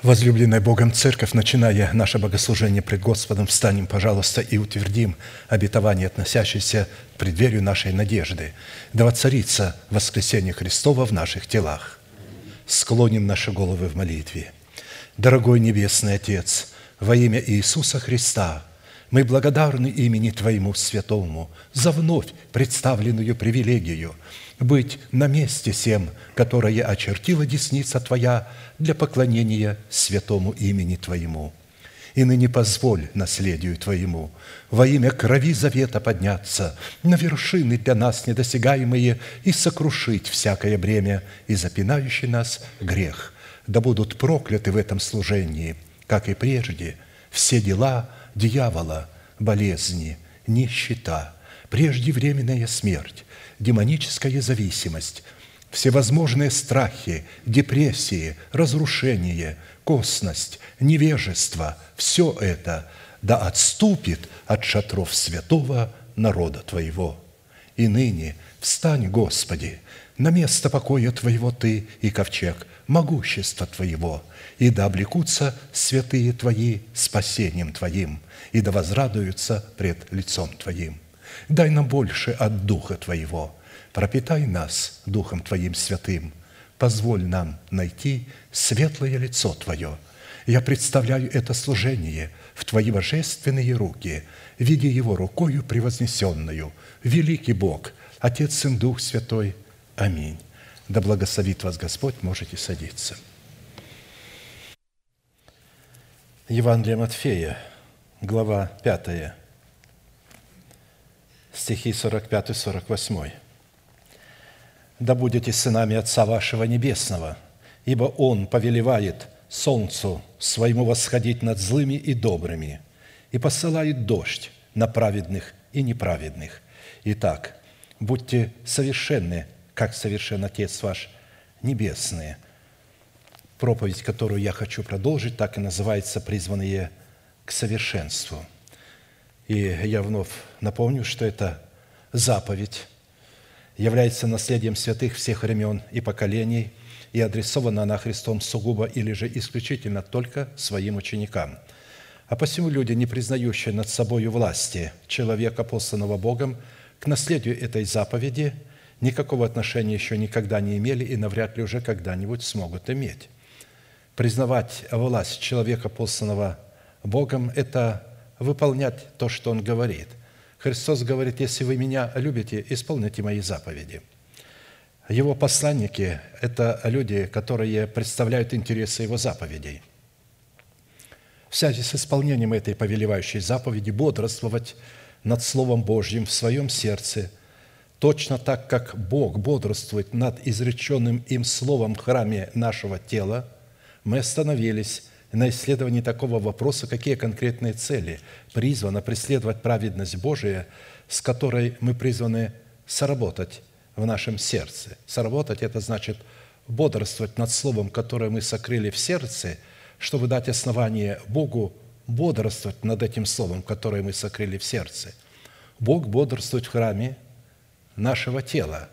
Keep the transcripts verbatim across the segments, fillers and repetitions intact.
Возлюбленная Богом Церковь, начиная наше богослужение пред Господом, встанем, пожалуйста, и утвердим обетование, относящееся к преддверию нашей надежды, да воцарится воскресение Христова в наших телах. Склоним наши головы в молитве. Дорогой Небесный Отец, во имя Иисуса Христа, мы благодарны имени Твоему Святому за вновь представленную привилегию быть на месте сем, которое очертила десница Твоя для поклонения святому имени Твоему. И ныне позволь наследию Твоему во имя крови завета подняться на вершины для нас недосягаемые и сокрушить всякое бремя и запинающий нас грех. Да будут прокляты в этом служении, как и прежде, все дела дьявола, болезни, нищета, преждевременная смерть, демоническая зависимость, всевозможные страхи, депрессии, разрушение, косность, невежество – все это да отступит от шатров святого народа Твоего. И ныне встань, Господи, на место покоя Твоего Ты и ковчег могущества Твоего, и да облекутся святые Твои спасением Твоим, и да возрадуются пред лицом Твоим. Дай нам больше от Духа Твоего, пропитай нас Духом Твоим святым, позволь нам найти светлое лицо Твое. Я представляю это служение в Твои божественные руки, видя его рукою превознесенную. Великий Бог, Отец, Сын, Дух Святой. Аминь. Да благословит вас Господь, можете садиться. Евангелие Матфея, глава пятая, стихи сорок пять сорок восемь. «Да будете сынами Отца вашего Небесного, ибо Он повелевает солнцу своему восходить над злыми и добрыми, и посылает дождь на праведных и неправедных. Итак, будьте совершенны, как совершен Отец ваш Небесный». Проповедь, которую я хочу продолжить, так и называется «Призванные к совершенству». И я вновь напомню, что это заповедь, является наследием святых всех времен и поколений, и адресована она Христом сугубо или же исключительно только своим ученикам. А посему люди, не признающие над собою власти человека, посланного Богом, к наследию этой заповеди никакого отношения еще никогда не имели и навряд ли уже когда-нибудь смогут иметь. Признавать власть человека, посланного Богом, это выполнять то, что Он говорит. Христос говорит: «Если вы Меня любите, исполните Мои заповеди». Его посланники – это люди, которые представляют интересы Его заповедей. В связи с исполнением этой повелевающей заповеди бодрствовать над Словом Божьим в своем сердце, точно так, как Бог бодрствует над изреченным им Словом в храме нашего тела, мы остановились на исследовании такого вопроса, какие конкретные цели призвано преследовать праведность Божия, с которой мы призваны соработать в нашем сердце. Соработать – это значит бодрствовать над Словом, которое мы сокрыли в сердце, чтобы дать основание Богу бодрствовать над этим Словом, которое мы сокрыли в сердце. Бог бодрствует в храме нашего тела.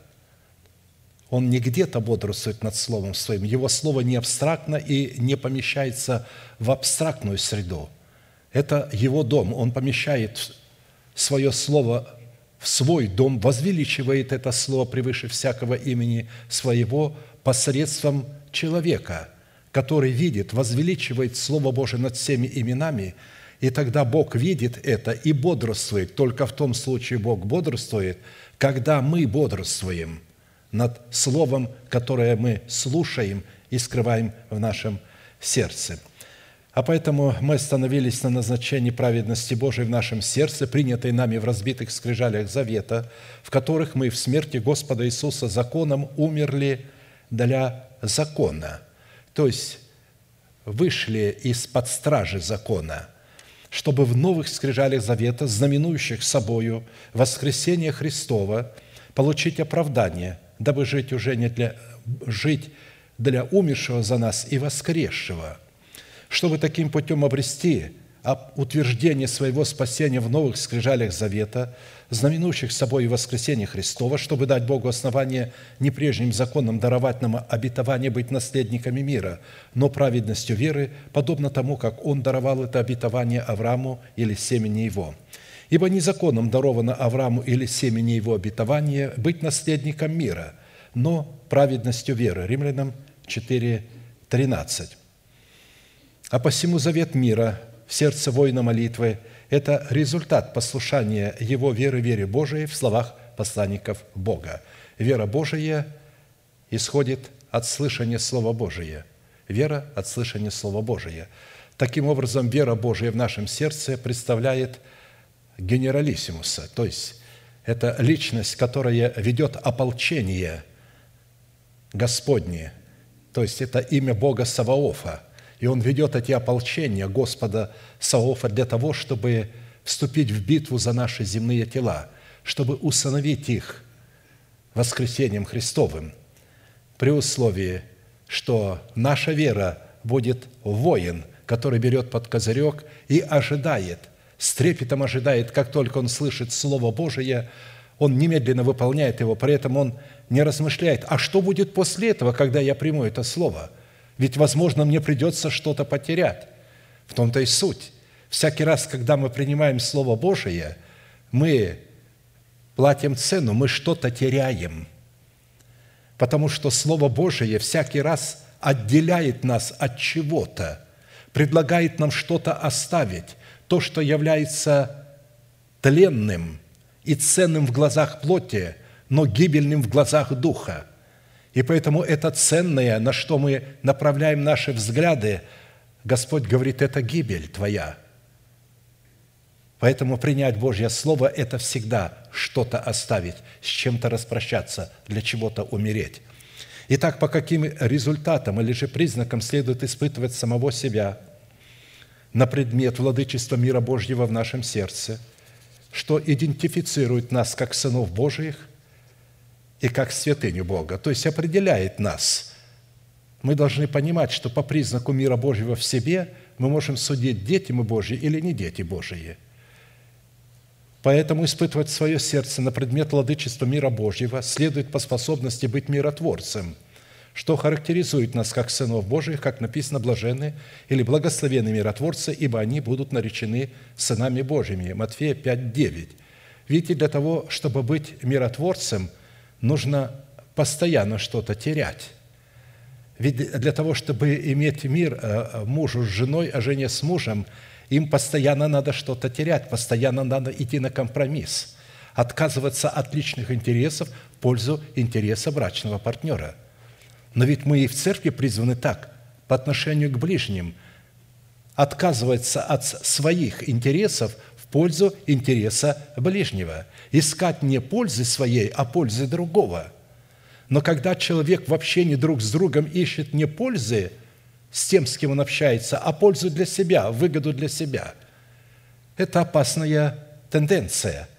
Он не где-то бодрствует над Словом Своим. Его Слово не абстрактно и не помещается в абстрактную среду. Это Его дом. Он помещает свое Слово в свой дом, возвеличивает это Слово превыше всякого имени Своего посредством человека, который видит, возвеличивает Слово Божие над всеми именами, и тогда Бог видит это и бодрствует. Только в том случае Бог бодрствует, когда мы бодрствуем над Словом, которое мы слушаем и скрываем в нашем сердце. А поэтому мы остановились на назначении праведности Божией в нашем сердце, принятой нами в разбитых скрижалях завета, в которых мы в смерти Господа Иисуса законом умерли для закона, то есть вышли из-под стражи закона, чтобы в новых скрижалях завета, знаменующих собою воскресение Христова, получить оправдание, дабы жить уже не для, жить для умершего за нас и воскресшего, чтобы таким путем обрести об утверждении своего спасения в новых скрижалях завета, знаменующих собой и воскресение Христова, чтобы дать Богу основание не прежним законам даровать нам обетование быть наследниками мира, но праведностью веры, подобно тому, как Он даровал это обетование Аврааму или семени его. Ибо не законом даровано Аврааму или семени его обетование быть наследником мира, но праведностью веры». Римлянам четыре тринадцать. «А посему завет мира в сердце воина молитвы – это результат послушания его веры вере Божией в словах посланников Бога. Вера Божия исходит от слышания Слова Божия. Вера от слышания Слова Божия. Таким образом, вера Божия в нашем сердце представляет генералиссимуса, то есть это личность, которая ведет ополчение Господне, то есть это имя Бога Саваофа, и Он ведет эти ополчения Господа Саваофа для того, чтобы вступить в битву за наши земные тела, чтобы усыновить их воскресением Христовым, при условии, что наша вера будет воин, который берет под козырек и ожидает, с трепетом ожидает, как только он слышит Слово Божие, он немедленно выполняет его, при этом он не размышляет, а что будет после этого, когда я приму это Слово? Ведь, возможно, мне придется что-то потерять. В том-то и суть. Всякий раз, когда мы принимаем Слово Божие, мы платим цену, мы что-то теряем. Потому что Слово Божие всякий раз отделяет нас от чего-то, предлагает нам что-то оставить, то, что является тленным и ценным в глазах плоти, но гибельным в глазах духа. И поэтому это ценное, на что мы направляем наши взгляды, Господь говорит, это гибель твоя. Поэтому принять Божье Слово – это всегда что-то оставить, с чем-то распрощаться, для чего-то умереть. Итак, по каким результатам или же признакам следует испытывать самого себя на предмет владычества мира Божьего в нашем сердце, что идентифицирует нас как сынов Божиих и как святыню Бога, то есть определяет нас. Мы должны понимать, что по признаку мира Божьего в себе мы можем судить, дети мы Божьи или не дети Божьи. Поэтому испытывать свое сердце на предмет владычества мира Божьего следует по способности быть миротворцем, что характеризует нас как сынов Божиих, как написано, блаженны или благословенны миротворцы, ибо они будут наречены сынами Божьими. Матфея пять девять. Видите, для того, чтобы быть миротворцем, нужно постоянно что-то терять. Ведь для того, чтобы иметь мир мужу с женой, а жене с мужем, им постоянно надо что-то терять, постоянно надо идти на компромисс, отказываться от личных интересов в пользу интереса брачного партнера. Но ведь мы и в церкви призваны так, по отношению к ближним, отказываться от своих интересов в пользу интереса ближнего, искать не пользы своей, а пользы другого. Но когда человек в общении друг с другом ищет не пользы с тем, с кем он общается, а пользу для себя, выгоду для себя, это опасная тенденция.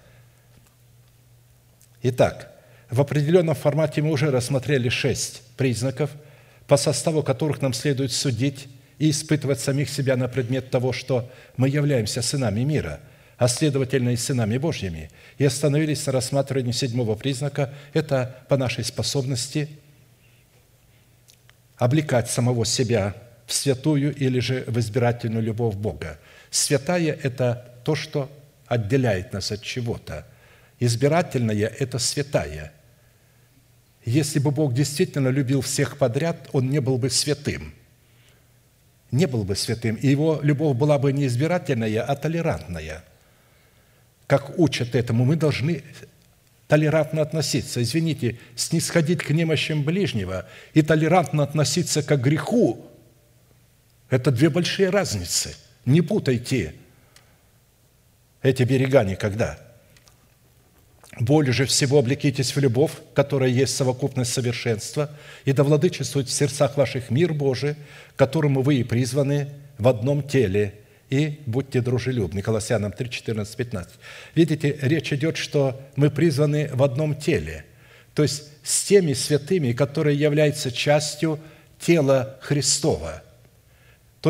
Итак, в определенном формате мы уже рассмотрели шесть признаков, по составу которых нам следует судить и испытывать самих себя на предмет того, что мы являемся сынами мира, а следовательно и сынами Божьими, и остановились на рассматривании седьмого признака – это по нашей способности облекать самого себя в святую или же в избирательную любовь Бога. Святая – это то, что отделяет нас от чего-то. Избирательная – это святая. Если бы Бог действительно любил всех подряд, Он не был бы святым. Не был бы святым. И Его любовь была бы не избирательная, а толерантная. Как учат этому, мы должны толерантно относиться. Извините, снисходить к немощам ближнего и толерантно относиться к греху – это две большие разницы. Не путайте эти берега никогда. Более же всего облекитесь в любовь, которая есть совокупность совершенства, и да владычествует в сердцах ваших мир Божий, к которому вы и призваны в одном теле, и будьте дружелюбны. Колоссянам три, четырнадцать, пятнадцать. Видите, речь идет, что мы призваны в одном теле, то есть с теми святыми, которые являются частью тела Христова. То есть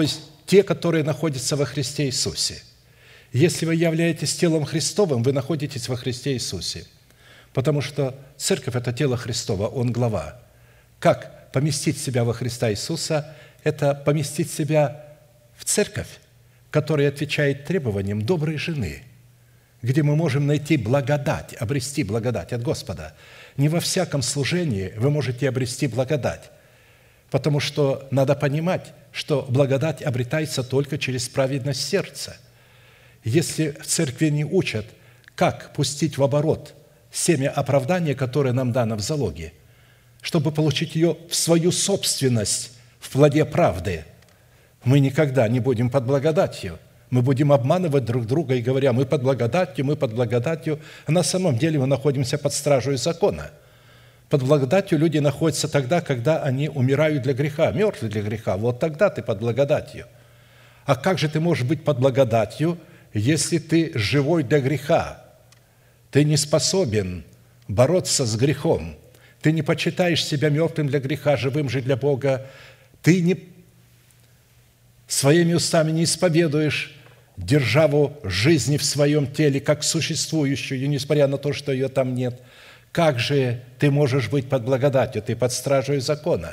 те, которые находятся во Христе Иисусе. Если вы являетесь телом Христовым, вы находитесь во Христе Иисусе. Потому что церковь – это тело Христово, Он глава. Как поместить себя во Христа Иисуса? Это поместить себя в церковь, которая отвечает требованиям доброй жены, где мы можем найти благодать, обрести благодать от Господа. Не во всяком служении вы можете обрести благодать, потому что надо понимать, что благодать обретается только через праведность сердца. Если в церкви не учат, как пустить в оборот семя оправдания, которое нам дано в залоге, чтобы получить ее в свою собственность, в плоде правды, мы никогда не будем под благодатью. Мы будем обманывать друг друга и говоря, мы под благодатью, мы под благодатью. А на самом деле мы находимся под стражей закона. Под благодатью люди находятся тогда, когда они умирают для греха, мертвы для греха. Вот тогда ты под благодатью. А как же ты можешь быть под благодатью, если ты живой для греха? Ты не способен бороться с грехом. Ты не почитаешь себя мертвым для греха, живым же для Бога. Ты не, своими устами не исповедуешь державу жизни в своем теле, как существующую, несмотря на то, что ее там нет. Как же ты можешь быть под благодатью? Ты под стражей закона.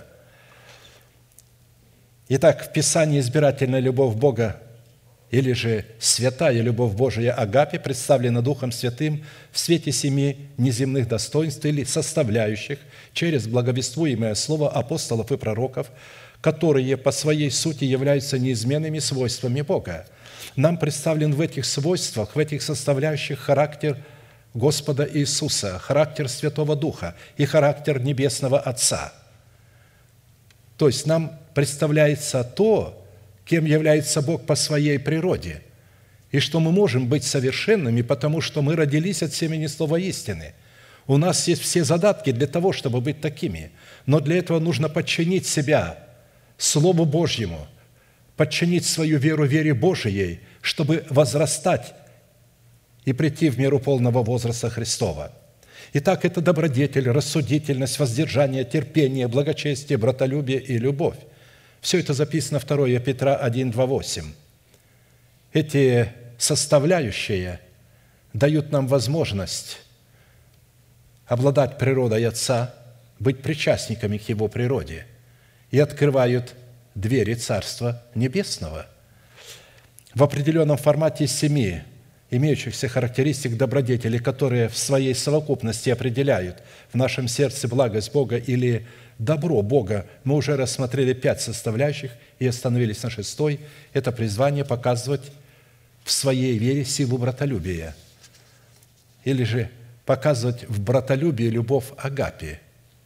Итак, в Писании избирательная любовь Бога или же святая любовь Божия Агапе представлена Духом Святым в свете семи неземных достоинств или составляющих через благовествуемое слово апостолов и пророков, которые по своей сути являются неизменными свойствами Бога. Нам представлен в этих свойствах, в этих составляющих характер Господа Иисуса, характер Святого Духа и характер Небесного Отца. То есть нам представляется то, кем является Бог по своей природе, и что мы можем быть совершенными, потому что мы родились от семени слова истины. У нас есть все задатки для того, чтобы быть такими, но для этого нужно подчинить себя Слову Божьему, подчинить свою веру вере Божией, чтобы возрастать и прийти в меру полного возраста Христова. Итак, это добродетель, рассудительность, воздержание, терпение, благочестие, братолюбие и любовь. Все это записано второе Петра один, два, восемь. Эти составляющие дают нам возможность обладать природой Отца, быть причастниками к Его природе и открывают двери Царства Небесного. В определенном формате из семи имеющихся характеристик добродетели, которые в своей совокупности определяют в нашем сердце благость Бога или добро Бога, мы уже рассмотрели пять составляющих и остановились на шестой. Это призвание показывать в своей вере силу братолюбия, или же показывать в братолюбии любовь Агапе.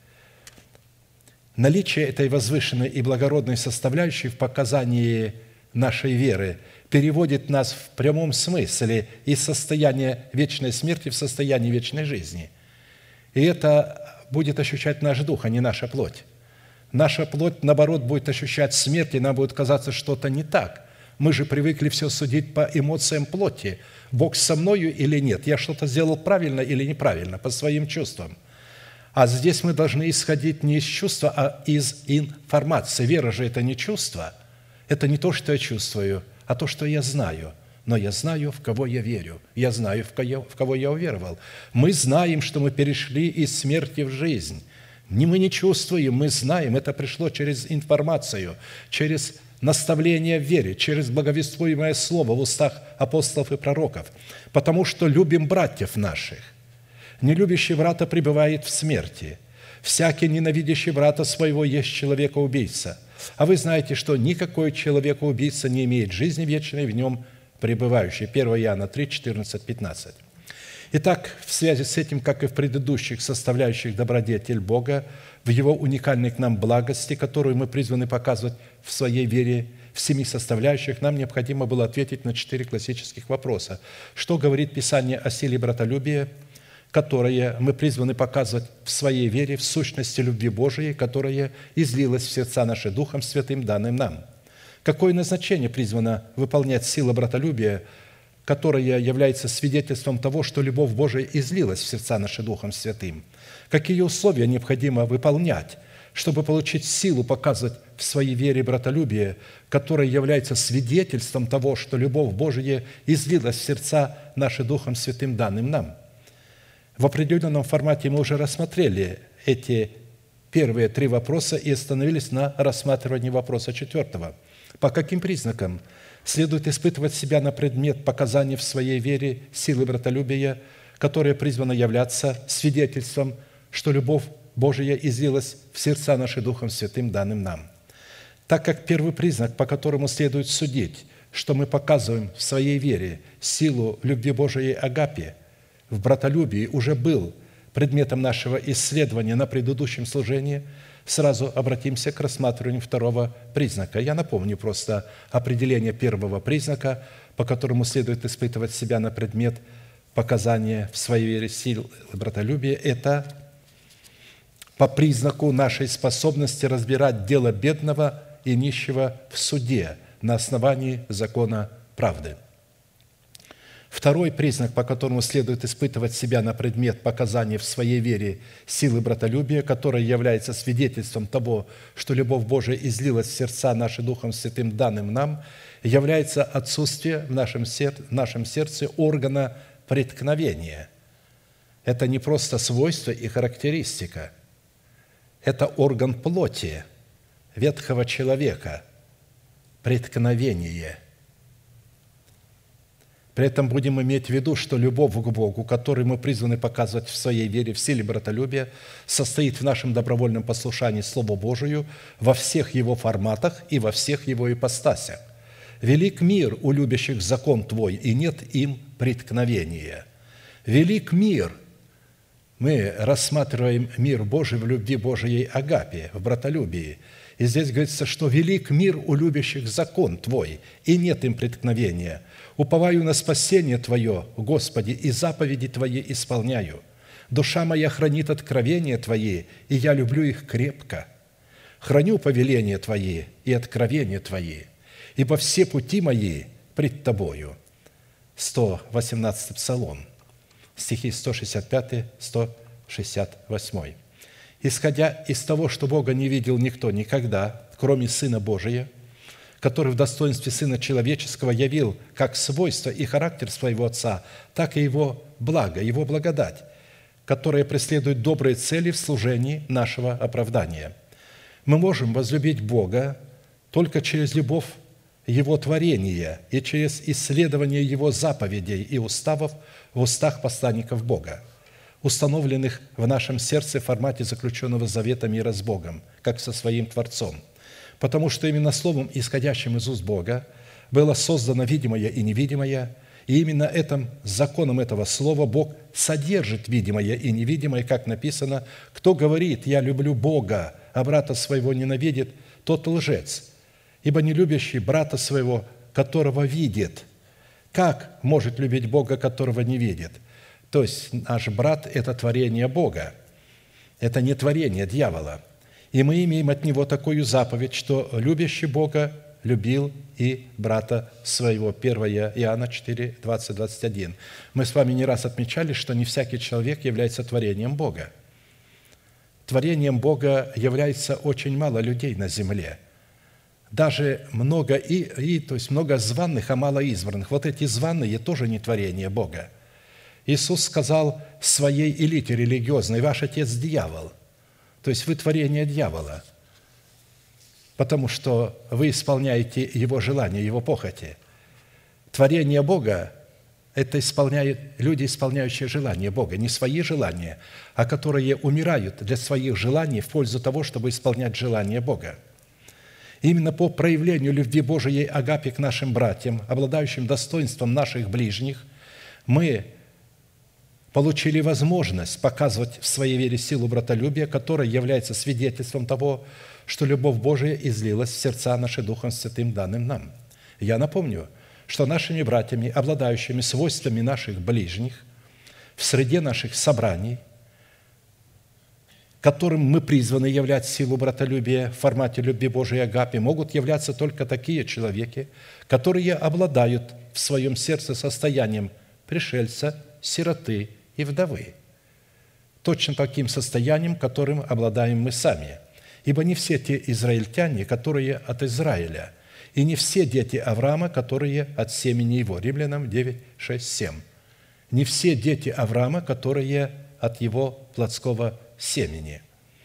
Наличие этой возвышенной и благородной составляющей в показании нашей веры переводит нас в прямом смысле из состояния вечной смерти в состояние вечной жизни. И это будет ощущать наш дух, а не наша плоть. Наша плоть, наоборот, будет ощущать смерть, и нам будет казаться что-то не так. Мы же привыкли все судить по эмоциям плоти. Бог со мною или нет? Я что-то сделал правильно или неправильно, по своим чувствам. А здесь мы должны исходить не из чувства, а из информации. Вера же – это не чувство, это не то, что я чувствую, а то, что я знаю. Но я знаю, в кого я верю. Я знаю, в кого я уверовал. Мы знаем, что мы перешли из смерти в жизнь. Не мы не чувствуем, мы знаем. Это пришло через информацию, через наставление в вере, через благовествуемое слово в устах апостолов и пророков. Потому что любим братьев наших. Нелюбящий брата пребывает в смерти. Всякий ненавидящий брата своего есть человека-убийца. А вы знаете, что никакой человека-убийца не имеет жизни вечной в нем пребывающий. первое Иоанна три, четырнадцать, пятнадцать. Итак, в связи с этим, как и в предыдущих составляющих добродетель Бога, в Его уникальной к нам благости, которую мы призваны показывать в своей вере, в семи составляющих, нам необходимо было ответить на четыре классических вопроса. Что говорит Писание о силе братолюбия, которое мы призваны показывать в своей вере, в сущности любви Божией, которая излилась в сердца наши Духом Святым, данным нам? Какое назначение призвано выполнять сила братолюбия, которая является свидетельством того, что любовь Божия излилась в сердца наши Духом Святым? Какие условия необходимо выполнять чтобы получить силу показывать в своей вере братолюбие, которое является свидетельством того, что любовь Божия излилась в сердца наши Духом Святым, данным нам. В определенном формате мы уже рассмотрели эти первые три вопроса и остановились на рассматривании вопроса четвертого. По каким признакам следует испытывать себя на предмет показаний в своей вере силы братолюбия, которая призвана являться свидетельством, что любовь Божия излилась в сердца наши Духом Святым, данным нам? Так как первый признак, по которому следует судить, что мы показываем в своей вере силу любви Божией агапе, в братолюбии уже был предметом нашего исследования на предыдущем служении, сразу обратимся к рассматриванию второго признака. Я напомню просто определение первого признака, по которому следует испытывать себя на предмет показания в своей вере сил братолюбия. Это по признаку нашей способности разбирать дело бедного и нищего в суде на основании закона правды. Второй признак, по которому следует испытывать себя на предмет показания в своей вере силы братолюбия, которая является свидетельством того, что любовь Божия излилась в сердца наши Духом Святым, данным нам, является отсутствие в нашем, сер... в нашем сердце органа преткновения. Это не просто свойство и характеристика. Это орган плоти ветхого человека, преткновение. При этом будем иметь в виду, что любовь к Богу, которую мы призваны показывать в своей вере, в силе братолюбия, состоит в нашем добровольном послушании Слову Божию во всех его форматах и во всех его ипостасях. «Велик мир у любящих закон Твой, и нет им преткновения». Велик мир. Мы рассматриваем мир Божий в любви Божией агапе, в братолюбии. И здесь говорится, что велик мир у любящих закон Твой, и нет им преткновения. Уповаю на спасение Твое, Господи, и заповеди Твои исполняю. Душа моя хранит откровения Твои, и я люблю их крепко. Храню повеления Твои и откровения Твои, ибо все пути мои пред Тобою. сто восемнадцатый Псалом, стихи сто шестьдесят пять - сто шестьдесят восемь. «Исходя из того, что Бога не видел никто никогда, кроме Сына Божия, который в достоинстве Сына Человеческого явил как свойство и характер своего Отца, так и Его благо, Его благодать, которая преследует добрые цели в служении нашего оправдания. Мы можем возлюбить Бога только через любовь Его творения и через исследование Его заповедей и уставов в устах посланников Бога, установленных в нашем сердце в формате заключенного завета мира с Богом, как со своим Творцом. Потому что именно словом, исходящим из уст Бога, было создано видимое и невидимое, и именно этим законом этого слова Бог содержит видимое и невидимое, как написано: «Кто говорит, я люблю Бога, а брата своего ненавидит, тот лжец, ибо не любящий брата своего, которого видит, как может любить Бога, которого не видит?» То есть наш брат – это творение Бога, это не творение дьявола. И мы имеем от него такую заповедь, что любящий Бога любил и брата своего. первое Иоанна четыре, двадцать - двадцать один. Мы с вами не раз отмечали, что не всякий человек является творением Бога. Творением Бога является очень мало людей на земле. Даже много, и, и, то есть много званых, а мало избранных. Вот эти званые тоже не творение Бога. Иисус сказал своей элите религиозной: «Ваш отец – дьявол». То есть вы творение дьявола, потому что вы исполняете его желания, его похоти. Творение Бога – это исполняют, люди, исполняющие желания Бога, не свои желания, а которые умирают для своих желаний в пользу того, чтобы исполнять желания Бога. Именно по проявлению любви Божией агапе к нашим братьям, обладающим достоинством наших ближних, мы получили возможность показывать в своей вере силу братолюбия, которая является свидетельством того, что любовь Божия излилась в сердца наши Духом Святым, данным нам. Я напомню, что нашими братьями, обладающими свойствами наших ближних, в среде наших собраний, которым мы призваны являть силу братолюбия в формате любви Божией агапе, могут являться только такие человеки, которые обладают в своем сердце состоянием пришельца, сироты и вдовы, точно таким состоянием, которым обладаем мы сами. Ибо не все те израильтяне, которые от Израиля, и не все дети Авраама, которые от семени его». Римлянам девять, шесть, семь. Не все дети Авраама, которые от его плотского семени.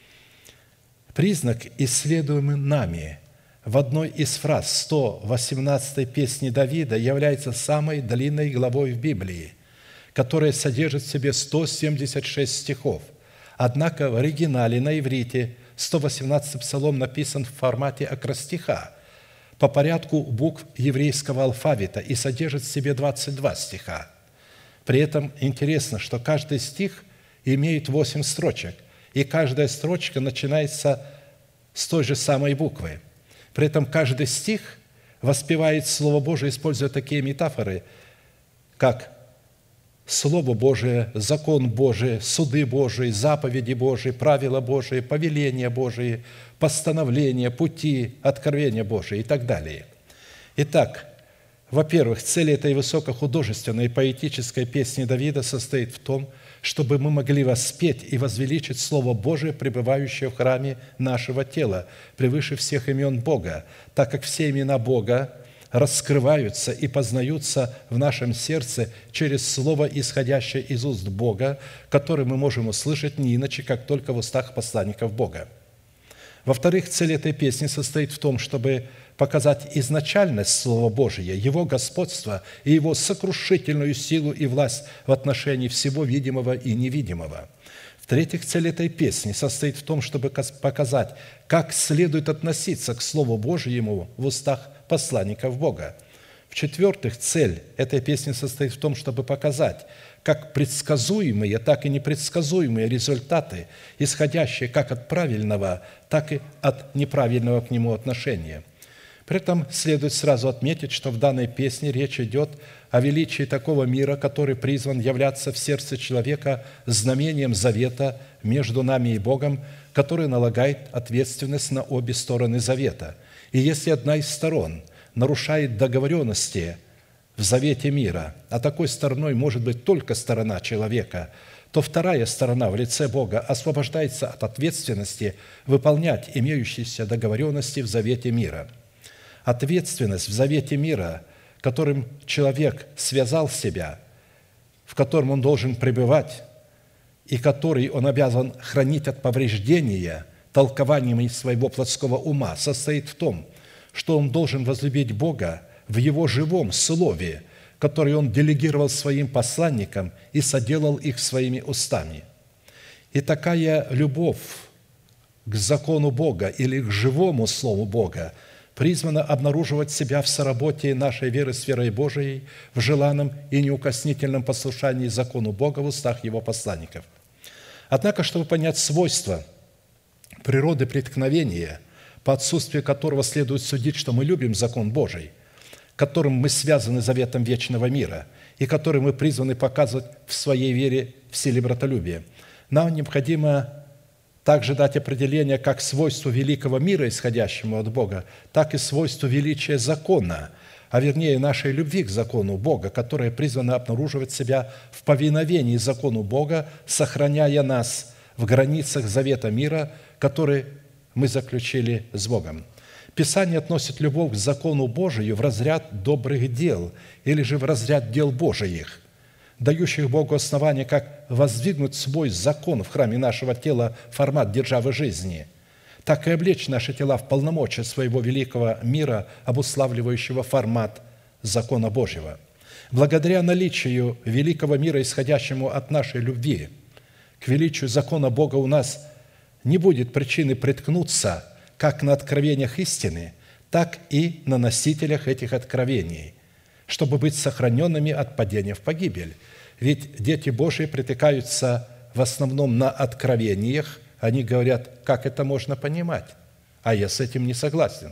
Признак, исследуемый нами в одной из фраз сто восемнадцатой песни Давида, является самой длинной главой в Библии, которая содержит в себе сто семьдесят шесть стихов. Однако в оригинале на иврите сто восемнадцатый псалом написан в формате акростиха по порядку букв еврейского алфавита и содержит в себе двадцать два стиха. При этом интересно, что каждый стих имеет восемь строчек, и каждая строчка начинается с той же самой буквы. При этом каждый стих воспевает Слово Божие, используя такие метафоры, как Слово Божие, закон Божий, суды Божии, заповеди Божии, правила Божии, повеления Божии, постановления, пути, откровения Божии и так далее. Итак, во-первых, цель этой высокохудожественной поэтической песни Давида состоит в том, чтобы мы могли воспеть и возвеличить Слово Божие, пребывающее в храме нашего тела, превыше всех имен Бога, так как все имена Бога раскрываются и познаются в нашем сердце через Слово, исходящее из уст Бога, которое мы можем услышать не иначе, как только в устах посланников Бога. Во-вторых, цель этой песни состоит в том, чтобы показать изначальность Слова Божия, Его господство и Его сокрушительную силу и власть в отношении всего видимого и невидимого. В-третьих, цель этой песни состоит в том, чтобы показать, как следует относиться к Слову Божьему в устах посланников Бога. В-четвертых, цель этой песни состоит в том, чтобы показать, как предсказуемые, так и непредсказуемые результаты, исходящие как от правильного, так и от неправильного к нему отношения. При этом следует сразу отметить, что в данной песне речь идет о величии такого мира, который призван являться в сердце человека знамением завета между нами и Богом, который налагает ответственность на обе стороны завета. И если одна из сторон нарушает договоренности в завете мира, а такой стороной может быть только сторона человека, то вторая сторона в лице Бога освобождается от ответственности выполнять имеющиеся договоренности в завете мира. Ответственность в завете мира, которым человек связал себя, в котором он должен пребывать, и который он обязан хранить от повреждения толкованиями своего плотского ума, состоит в том, что он должен возлюбить Бога в Его живом Слове, который Он делегировал своим посланникам и соделал их своими устами. И такая любовь к закону Бога или к живому Слову Бога призвана обнаруживать себя в соработе нашей веры с верой Божией, в желанном и неукоснительном послушании закону Бога в устах Его посланников. Однако, чтобы понять свойства природы преткновения, по отсутствию которого следует судить, что мы любим закон Божий, которым мы связаны заветом вечного мира и который мы призваны показывать в своей вере в силе братолюбия, нам необходимо также дать определение как свойству великого мира, исходящему от Бога, так и свойству величия закона, а вернее нашей любви к закону Бога, которая призвана обнаруживать себя в повиновении закону Бога, сохраняя нас в границах завета мира, который мы заключили с Богом. Писание относит любовь к закону Божию в разряд добрых дел или же в разряд дел Божиих, дающих Богу основание как воздвигнуть свой закон в храме нашего тела формат державы жизни, так и облечь наши тела в полномочия своего великого мира, обуславливающего формат закона Божьего. Благодаря наличию великого мира, исходящему от нашей любви к величию закона Бога, у нас не будет причины приткнуться как на откровениях истины, так и на носителях этих откровений, чтобы быть сохраненными от падения в погибель. Ведь дети Божии притыкаются в основном на откровениях. Они говорят, как это можно понимать, а я с этим не согласен.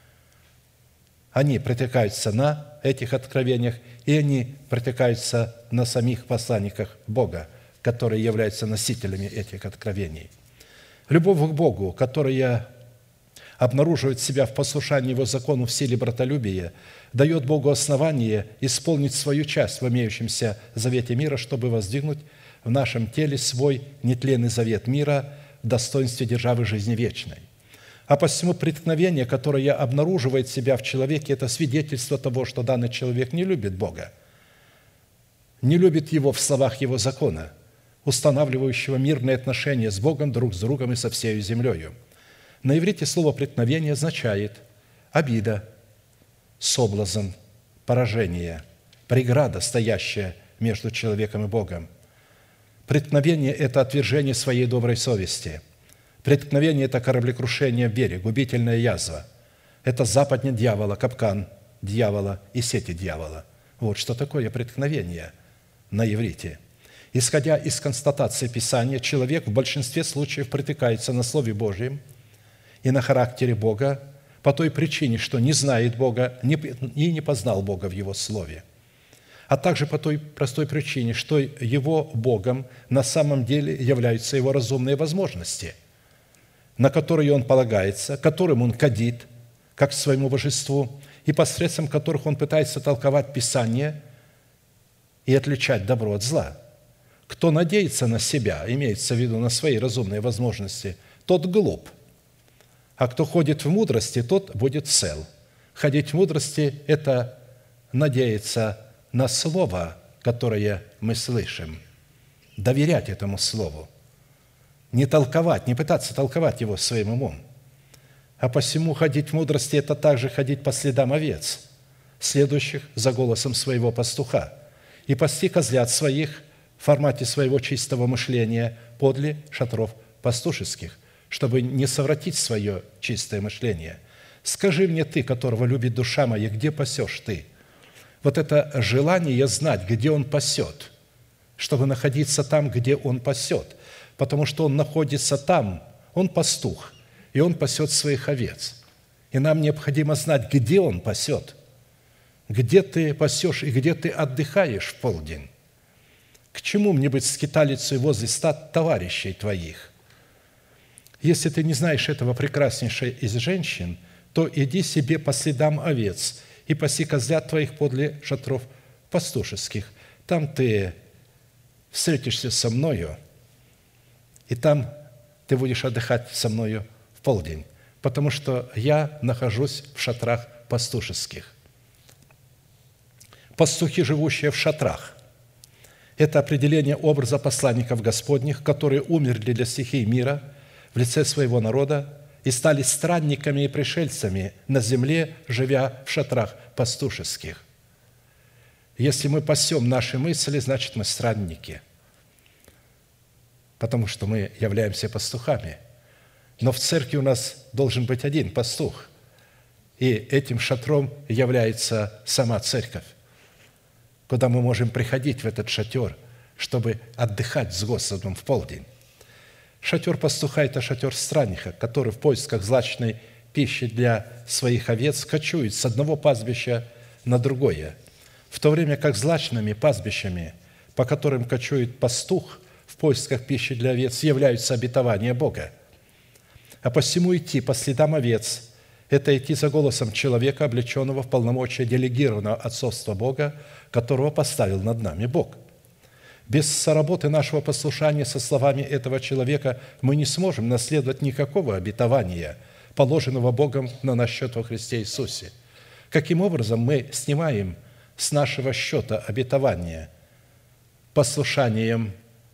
Они притыкаются на этих откровениях, и они притыкаются на самих посланниках Бога, которые являются носителями этих откровений. Любовь к Богу, которая обнаруживает себя в послушании Его закону в силе братолюбия, дает Богу основание исполнить свою часть в имеющемся завете мира, чтобы воздвигнуть в нашем теле свой нетленный завет мира в достоинстве державы жизни вечной. А посему преткновение, которое обнаруживает себя в человеке, это свидетельство того, что данный человек не любит Бога, не любит Его в словах Его закона, устанавливающего мирные отношения с Богом, друг с другом и со всей землею. На иврите слово «преткновение» означает обида, соблазн, поражение, преграда, стоящая между человеком и Богом. Преткновение – это отвержение своей доброй совести. Преткновение – это кораблекрушение в вере, губительная язва. Это западня дьявола, капкан дьявола и сети дьявола. Вот что такое преткновение на иврите. Исходя из констатации Писания, человек в большинстве случаев притыкается на Слове Божьем и на характере Бога по той причине, что не знает Бога и не познал Бога в Его Слове, а также по той простой причине, что Его Богом на самом деле являются Его разумные возможности, на которые Он полагается, которым Он кадит, как своему божеству, и посредством которых Он пытается толковать Писание и отличать добро от зла. Кто надеется на себя, имеется в виду на свои разумные возможности, тот глуп, а кто ходит в мудрости, тот будет цел. Ходить в мудрости – это надеяться на Слово, которое мы слышим, доверять этому Слову, не толковать, не пытаться толковать его своим умом. А посему ходить в мудрости – это также ходить по следам овец, следующих за голосом своего пастуха, и пасти козлят своих в формате своего чистого мышления подле шатров пастушеских, чтобы не совратить свое чистое мышление. Скажи мне ты, которого любит душа моя, где пасешь ты? Вот это желание знать, где он пасет, чтобы находиться там, где он пасет, потому что он находится там, он пастух, и он пасет своих овец. И нам необходимо знать, где он пасет, где ты пасешь и где ты отдыхаешь в полдень. К чему мне быть скиталицей возле ста товарищей твоих? Если ты не знаешь этого прекраснейшей из женщин, то иди себе по следам овец и паси козлят твоих подле шатров пастушеских. Там ты встретишься со мною, и там ты будешь отдыхать со мною в полдень, потому что я нахожусь в шатрах пастушеских. Пастухи, живущие в шатрах, это определение образа посланников Господних, которые умерли для стихий мира в лице своего народа и стали странниками и пришельцами на земле, живя в шатрах пастушеских. Если мы пасем наши мысли, значит, мы странники, потому что мы являемся пастухами. Но в церкви у нас должен быть один пастух, и этим шатром является сама церковь, куда мы можем приходить в этот шатер, чтобы отдыхать с Господом в полдень. Шатер пастуха – это шатер странника, который в поисках злачной пищи для своих овец кочует с одного пастбища на другое, в то время как злачными пастбищами, по которым кочует пастух в поисках пищи для овец, являются обетования Бога. А посему идти по следам овец – это идти за голосом человека, облеченного в полномочия делегированного отцовства Бога, которого поставил над нами Бог. Без соработы нашего послушания со словами этого человека мы не сможем наследовать никакого обетования, положенного Богом на наш счет во Христе Иисусе. Каким образом мы снимаем с нашего счета обетование? Послушанием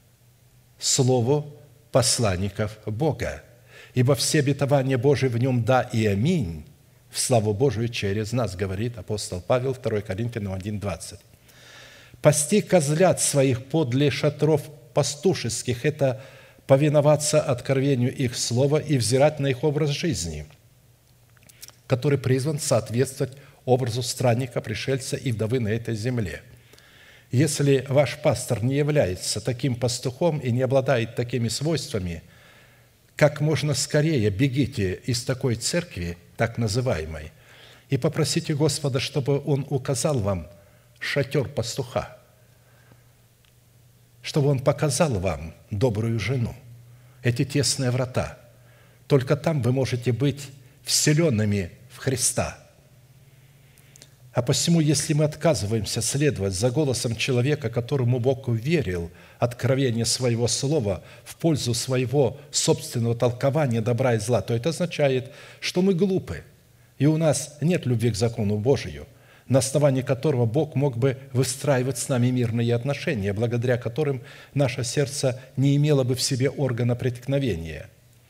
Слову посланников Бога. Ибо все обетования Божии в нем «да» и «аминь» в славу Божию через нас, говорит апостол Павел, второе Коринфянам один двадцать. Пасти козлят своих подле шатров пастушеских – это повиноваться откровению их слова и взирать на их образ жизни, который призван соответствовать образу странника, пришельца и вдовы на этой земле. Если ваш пастор не является таким пастухом и не обладает такими свойствами, как можно скорее бегите из такой церкви, так называемой, и попросите Господа, чтобы Он указал вам шатер пастуха, чтобы Он показал вам добрую жену, эти тесные врата. Только там вы можете быть вселенными в Христа. А посему, если мы отказываемся следовать за голосом человека, которому Бог уверил откровение своего слова в пользу своего собственного толкования добра и зла, то это означает, что мы глупы, и у нас нет любви к закону Божию, на основании которого Бог мог бы выстраивать с нами мирные отношения, благодаря которым наше сердце не имело бы в себе органа преткновения.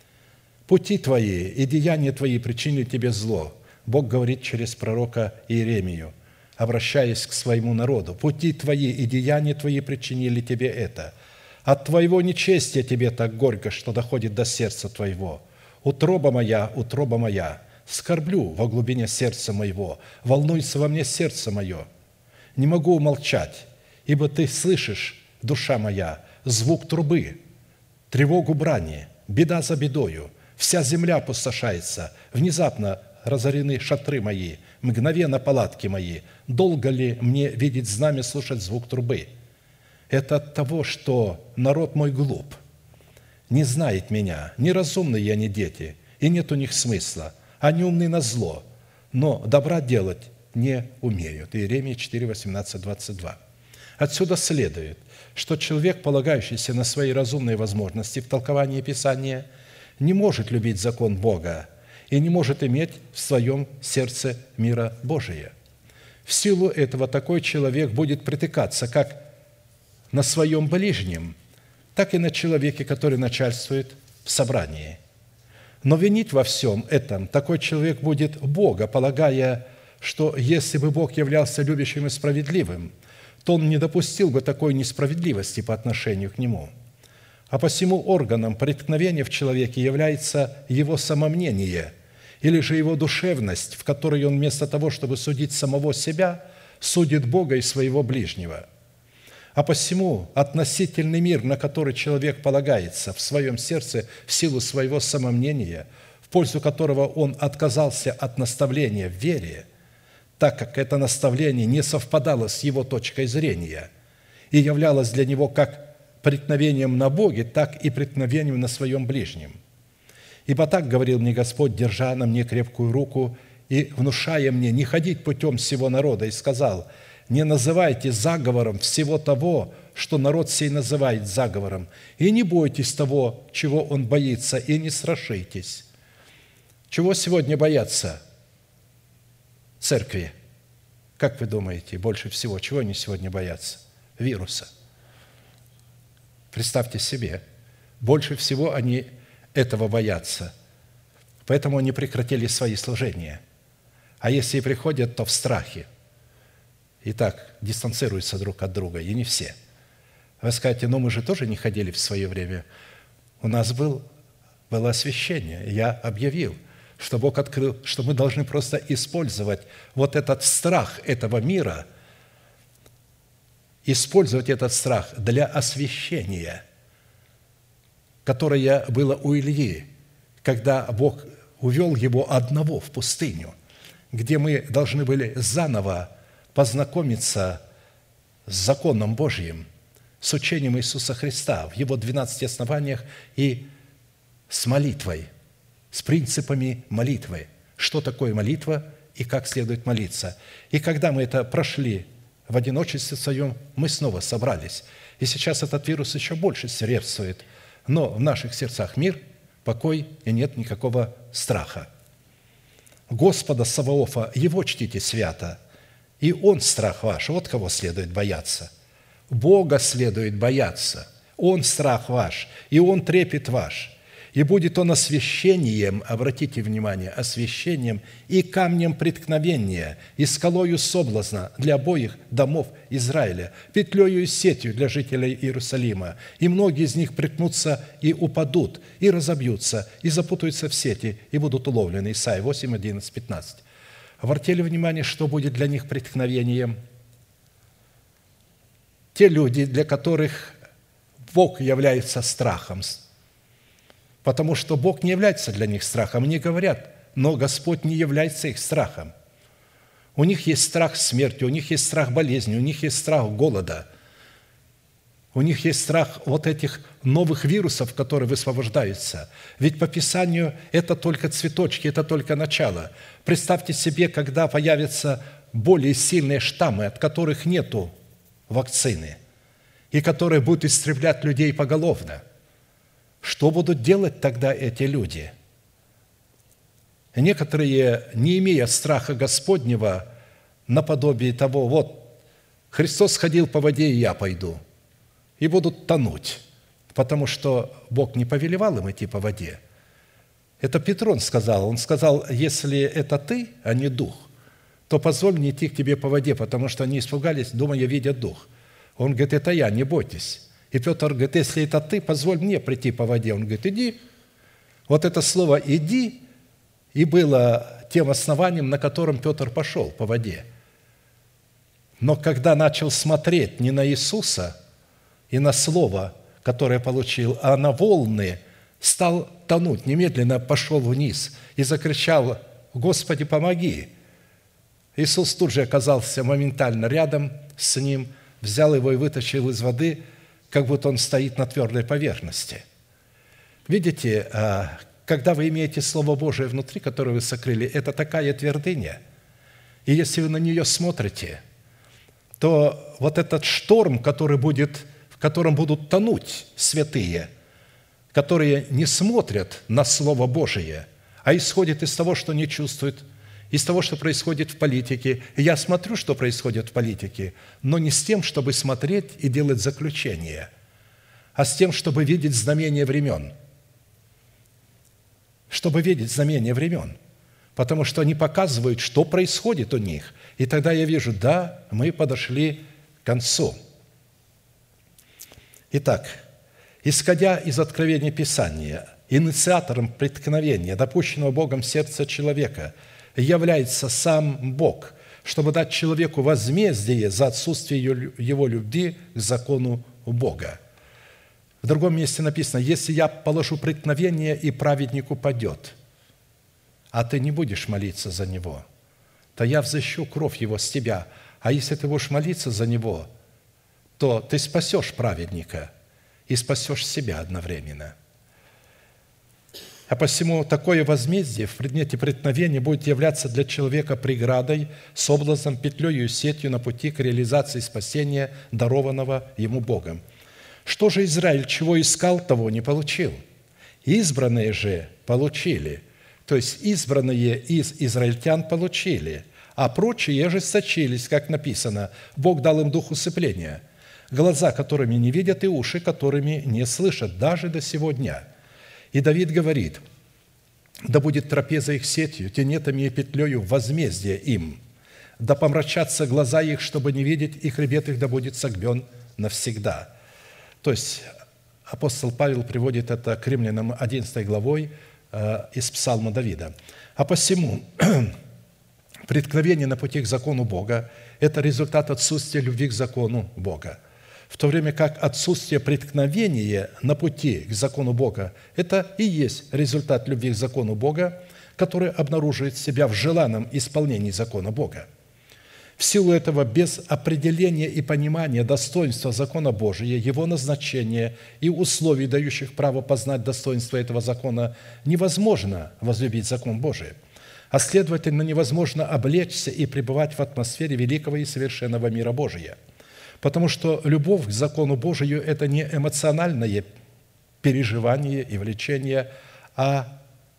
«Пути твои и деяния твои причинили тебе зло», Бог говорит через пророка Иеремию, обращаясь к своему народу. «Пути твои и деяния твои причинили тебе это. От твоего нечестия тебе так горько, что доходит до сердца твоего. Утроба моя, утроба моя, скорблю во глубине сердца моего, волнуется во мне сердце мое. Не могу умолчать, ибо ты слышишь, душа моя, звук трубы, тревогу брани, беда за бедою. Вся земля опустошается, внезапно разорены шатры мои, мгновенно палатки мои. Долго ли мне видеть знамя, слушать звук трубы? Это от того, что народ мой глуп, не знает меня, неразумные они дети, и нет у них смысла. Они умны на зло, но добра делать не умеют». Иеремия четыре, восемнадцать, двадцать два. Отсюда следует, что человек, полагающийся на свои разумные возможности в толковании Писания, не может любить закон Бога и не может иметь в своем сердце мира Божия. В силу этого такой человек будет притыкаться как на своем ближнем, так и на человеке, который начальствует в собрании. Но винить во всем этом такой человек будет Бога, полагая, что если бы Бог являлся любящим и справедливым, то Он не допустил бы такой несправедливости по отношению к Нему. А посему органом преткновения в человеке является его самомнение или же его душевность, в которой он вместо того, чтобы судить самого себя, судит Бога и своего ближнего. А посему относительный мир, на который человек полагается в своем сердце в силу своего самомнения, в пользу которого он отказался от наставления в вере, так как это наставление не совпадало с его точкой зрения и являлось для него как преткновением на Боге, так и преткновением на своем ближнем. Ибо так говорил мне Господь, держа на мне крепкую руку и внушая мне не ходить путем всего народа, и сказал: не называйте заговором всего того, что народ сей называет заговором, и не бойтесь того, чего он боится, и не страшитесь». Чего сегодня боятся церкви? Как вы думаете, больше всего, чего они сегодня боятся? Вируса. Представьте себе, больше всего они этого боятся. Поэтому они прекратили свои служения. А если и приходят, то в страхе. И так дистанцируются друг от друга, и не все. Вы скажете: ну мы же тоже не ходили в свое время. У нас был, было освящение. Я объявил, что Бог открыл, что мы должны просто использовать вот этот страх этого мира, использовать этот страх для освящения, которое было у Ильи, когда Бог увел его одного в пустыню, где мы должны были заново познакомиться с законом Божьим, с учением Иисуса Христа в Его двенадцати основаниях и с молитвой, с принципами молитвы. Что такое молитва и как следует молиться. И когда мы это прошли в одиночестве своем, мы снова собрались. И сейчас этот вирус еще больше свирепствует, но в наших сердцах мир, покой и нет никакого страха. Господа Саваофа, Его чтите свято, и Он страх ваш. Вот кого следует бояться. Бога следует бояться. Он страх ваш, и Он трепет ваш. И будет Он освящением, обратите внимание, освящением и камнем преткновения, и скалою соблазна для обоих домов Израиля, петлею и сетью для жителей Иерусалима. И многие из них приткнутся и упадут, и разобьются, и запутаются в сети, и будут уловлены. Исайя восемь, одиннадцать, пятнадцать. Обратили внимание, что будет для них преткновением? Те люди, для которых Бог является страхом, потому что Бог не является для них страхом. Они говорят: но Господь не является их страхом. У них есть страх смерти, у них есть страх болезни, у них есть страх голода, у них есть страх вот этих новых вирусов, которые высвобождаются. Ведь по Писанию это только цветочки, это только начало. Представьте себе, когда появится более сильные штаммы, от которых нету вакцины, и которые будут истреблять людей поголовно. Что будут делать тогда эти люди? Некоторые, не имея страха Господнего, наподобие того, вот, Христос ходил по воде, и я пойду, и будут тонуть, потому что Бог не повелевал им идти по воде. Это Петрон сказал. Он сказал, если это ты, а не дух, то позволь мне идти к тебе по воде, потому что они испугались, думая, видят дух. Он говорит, это я, не бойтесь. И Петр говорит, если это ты, позволь мне прийти по воде. Он говорит, иди. Вот это слово «иди» и было тем основанием, на котором Петр пошел по воде. Но когда начал смотреть не на Иисуса и на Слово, которое получил, а на волны, стал тонуть, немедленно пошел вниз и закричал, «Господи, помоги!» Иисус тут же оказался моментально рядом с ним, взял его и вытащил из воды, как будто он стоит на твердой поверхности. Видите, когда вы имеете Слово Божие внутри, которое вы сокрыли, это такая твердыня. И если вы на нее смотрите, то вот этот шторм, который будет, в котором будут тонуть святые, которые не смотрят на Слово Божие, а исходят из того, что не чувствуют, из того, что происходит в политике. И я смотрю, что происходит в политике, но не с тем, чтобы смотреть и делать заключения, а с тем, чтобы видеть знамения времен. Чтобы видеть знамения времен. Потому что они показывают, что происходит у них. И тогда я вижу, да, мы подошли к концу. Итак, исходя из откровения Писания, инициатором преткновения, допущенного Богом в сердце человека, является сам Бог, чтобы дать человеку возмездие за отсутствие его любви к закону Бога. В другом месте написано, «Если я положу преткновение, и праведник упадет, а ты не будешь молиться за него, то я взыщу кровь его с тебя. А если ты будешь молиться за него, то ты спасешь праведника и спасешь себя одновременно». А посему такое возмездие в предмете преткновения будет являться для человека преградой, соблазном, петлею и сетью на пути к реализации спасения, дарованного ему Богом. Что же Израиль, чего искал, того не получил? Избранные же получили. То есть избранные из израильтян получили, а прочие ожесточились, как написано. Бог дал им дух усыпления, глаза, которыми не видят, и уши, которыми не слышат, даже до сего дня. И Давид говорит, да будет трапеза их сетью, тенетами и петлею возмездие им, да помрачатся глаза их, чтобы не видеть, и хребет их да будет согбен навсегда. То есть апостол Павел приводит это к Римлянам одиннадцатой главой э, из Псалма Давида. А посему преткновение на пути к закону Бога – это результат отсутствия любви к закону Бога. В то время как отсутствие преткновения на пути к закону Бога – это и есть результат любви к закону Бога, который обнаруживает себя в желанном исполнении закона Бога. В силу этого, без определения и понимания достоинства закона Божия, его назначения и условий, дающих право познать достоинство этого закона, невозможно возлюбить закон Божий, а следовательно, невозможно облечься и пребывать в атмосфере великого и совершенного мира Божия. Потому что любовь к закону Божию – это не эмоциональное переживание и влечение, а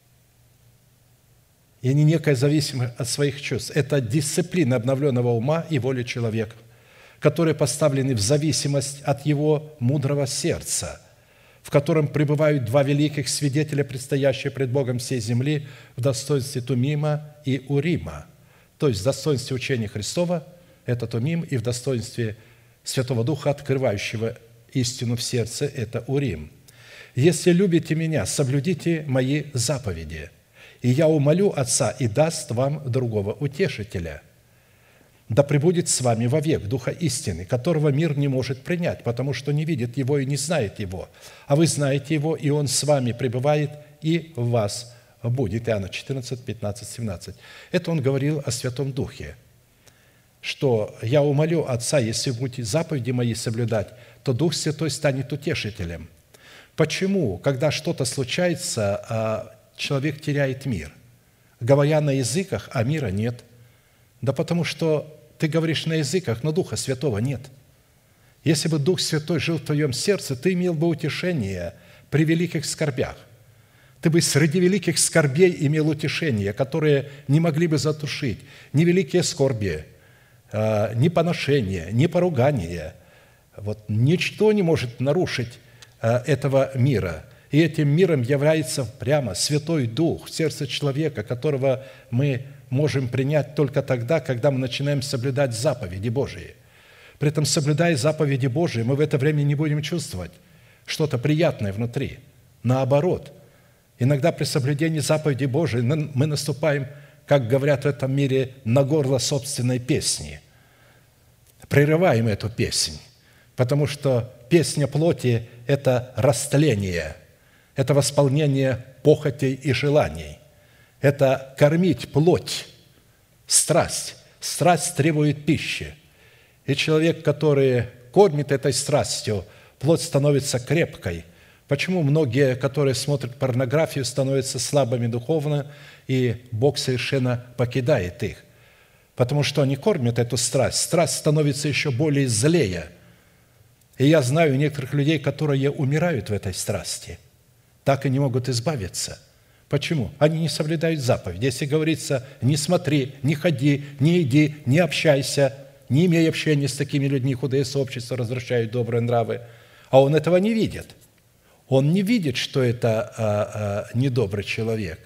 и не некая зависимость от своих чувств. Это дисциплина обновленного ума и воли человека, которые поставлены в зависимость от его мудрого сердца, в котором пребывают два великих свидетеля, предстоящие пред Богом всей земли в достоинстве Тумима и Урима. То есть в достоинстве учения Христова – это Тумим, и в достоинстве Святого Духа, открывающего истину в сердце – это Урим. «Если любите Меня, соблюдите Мои заповеди, и Я умолю Отца, и даст вам другого утешителя. Да пребудет с вами вовек Духа истины, которого мир не может принять, потому что не видит Его и не знает Его. А вы знаете Его, и Он с вами пребывает, и в вас будет». Иоанна четырнадцать, пятнадцать, семнадцать. Это Он говорил о Святом Духе, что «Я умолю Отца, если вы будете заповеди Мои соблюдать, то Дух Святой станет утешителем». Почему, когда что-то случается, человек теряет мир? Говоря на языках, а мира нет. Да потому что ты говоришь на языках, но Духа Святого нет. Если бы Дух Святой жил в твоем сердце, ты имел бы утешение при великих скорбях. Ты бы среди великих скорбей имел утешение, которые не могли бы затушить ни великие скорби, ни поношения, ни поругания. Вот ничто не может нарушить этого мира. И этим миром является прямо Святой Дух в сердце человека, которого мы можем принять только тогда, когда мы начинаем соблюдать заповеди Божии. При этом, соблюдая заповеди Божии, мы в это время не будем чувствовать что-то приятное внутри. Наоборот, иногда при соблюдении заповедей Божией мы наступаем, как говорят в этом мире, на горло собственной песни. Прерываем эту песнь, потому что песня плоти – это растление, это восполнение похотей и желаний, это кормить плоть, страсть. Страсть требует пищи. И человек, который кормит этой страстью, плоть становится крепкой. Почему многие, которые смотрят порнографию, становятся слабыми духовно, и Бог совершенно покидает их? Потому что они кормят эту страсть. Страсть становится еще более злее. И я знаю некоторых людей, которые умирают в этой страсти, так и не могут избавиться. Почему? Они не соблюдают заповедь. Если говорится, не смотри, не ходи, не иди, не общайся, не имей общения с такими людьми, худые сообщества развращают добрые нравы, а он этого не видит. Он не видит, что это а, а, недобрый человек.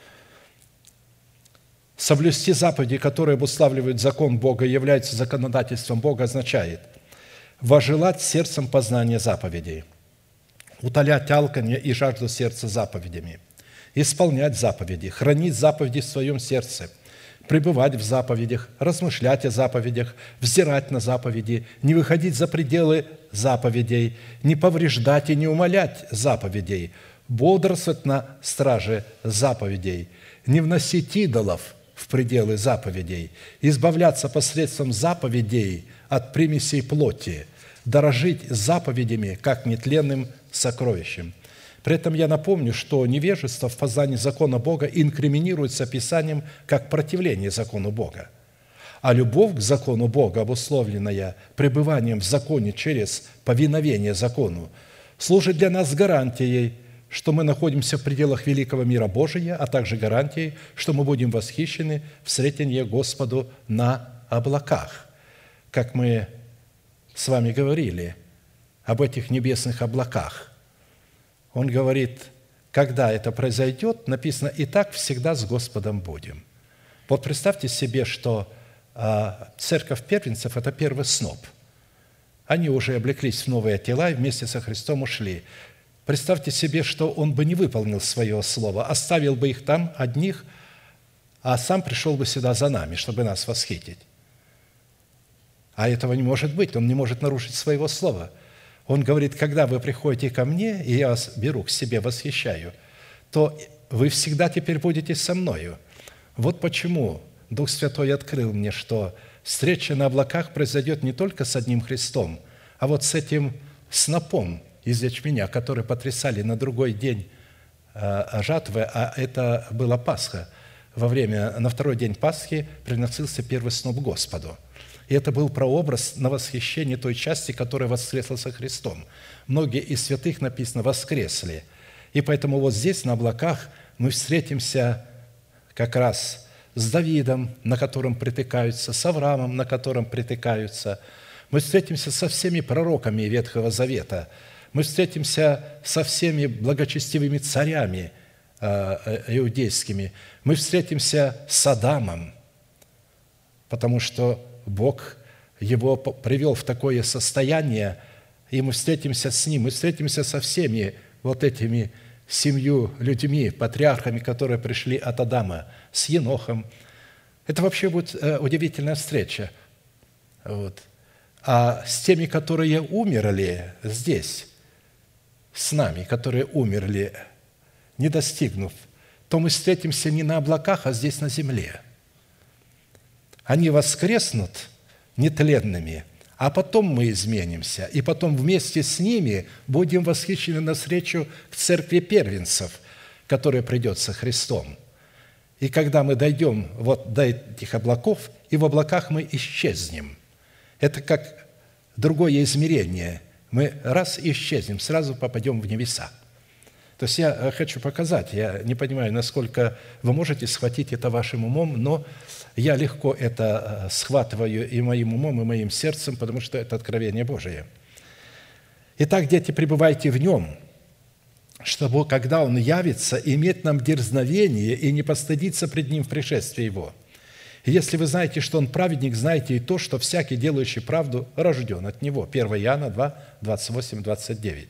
Соблюсти заповеди, которые обуславливают закон Бога и являются законодательством Бога, означает вожелать сердцем познания заповедей, утолять алканье и жажду сердца заповедями, исполнять заповеди, хранить заповеди в своем сердце, пребывать в заповедях, размышлять о заповедях, взирать на заповеди, не выходить за пределы заповедей, не повреждать и не умалять заповедей, бодрствовать на страже заповедей, не вносить идолов в пределы заповедей, избавляться посредством заповедей от примесей плоти, дорожить заповедями, как нетленным сокровищем. При этом я напомню, что невежество в познании закона Бога инкриминируется Писанием как противление закону Бога. А любовь к закону Бога, обусловленная пребыванием в законе через повиновение закону, служит для нас гарантией, что мы находимся в пределах великого мира Божия, а также гарантией, что мы будем восхищены в встретении Господу на облаках. Как мы с вами говорили об этих небесных облаках. Он говорит, когда это произойдет, написано, «И так всегда с Господом будем». Вот представьте себе, что а, церковь первенцев – это первый сноп. Они уже облеклись в новые тела и вместе со Христом ушли. Представьте себе, что Он бы не выполнил свое слово, оставил бы их там одних, а сам пришел бы сюда за нами, чтобы нас восхитить. А этого не может быть, Он не может нарушить своего слова. Он говорит, когда вы приходите ко мне, и я вас беру к себе, восхищаю, то вы всегда теперь будете со мною. Вот почему Дух Святой открыл мне, что встреча на облаках произойдет не только с одним Христом, а вот с этим снопом из ячменя, который потрясали на другой день жатвы, а это была Пасха. Во время, на второй день Пасхи приносился первый сноп Господу. И это был прообраз на восхищение той части, которая воскресла со Христом. Многие из святых, написано, воскресли. И поэтому вот здесь, на облаках, мы встретимся как раз с Давидом, на котором притыкаются, с Авраамом, на котором притыкаются. Мы встретимся со всеми пророками Ветхого Завета. Мы встретимся со всеми благочестивыми царями иудейскими. Мы встретимся с Адамом, потому что Бог его привел в такое состояние, и мы встретимся с ним, мы встретимся со всеми вот этими семью людьми, патриархами, которые пришли от Адама, с Енохом. Это вообще будет удивительная встреча. Вот. А с теми, которые умерли здесь, с нами, которые умерли, не достигнув, то мы встретимся не на облаках, а здесь на земле. Они воскреснут нетленными, а потом мы изменимся, и потом вместе с ними будем восхищены навстречу к церкви первенцев, которая придет со Христом. И когда мы дойдем вот до этих облаков, и в облаках мы исчезнем. Это как другое измерение. Мы раз исчезнем, сразу попадем в небеса. То есть я хочу показать, я не понимаю, насколько вы можете схватить это вашим умом, но я легко это схватываю и моим умом, и моим сердцем, потому что это откровение Божие. Итак, дети, пребывайте в Нем, чтобы, когда Он явится, иметь нам дерзновение и не постыдиться пред Ним в пришествии Его. И если вы знаете, что Он праведник, знаете и то, что всякий, делающий правду, рожден от Него. первое Иоанна два, двадцать восемь, двадцать девять.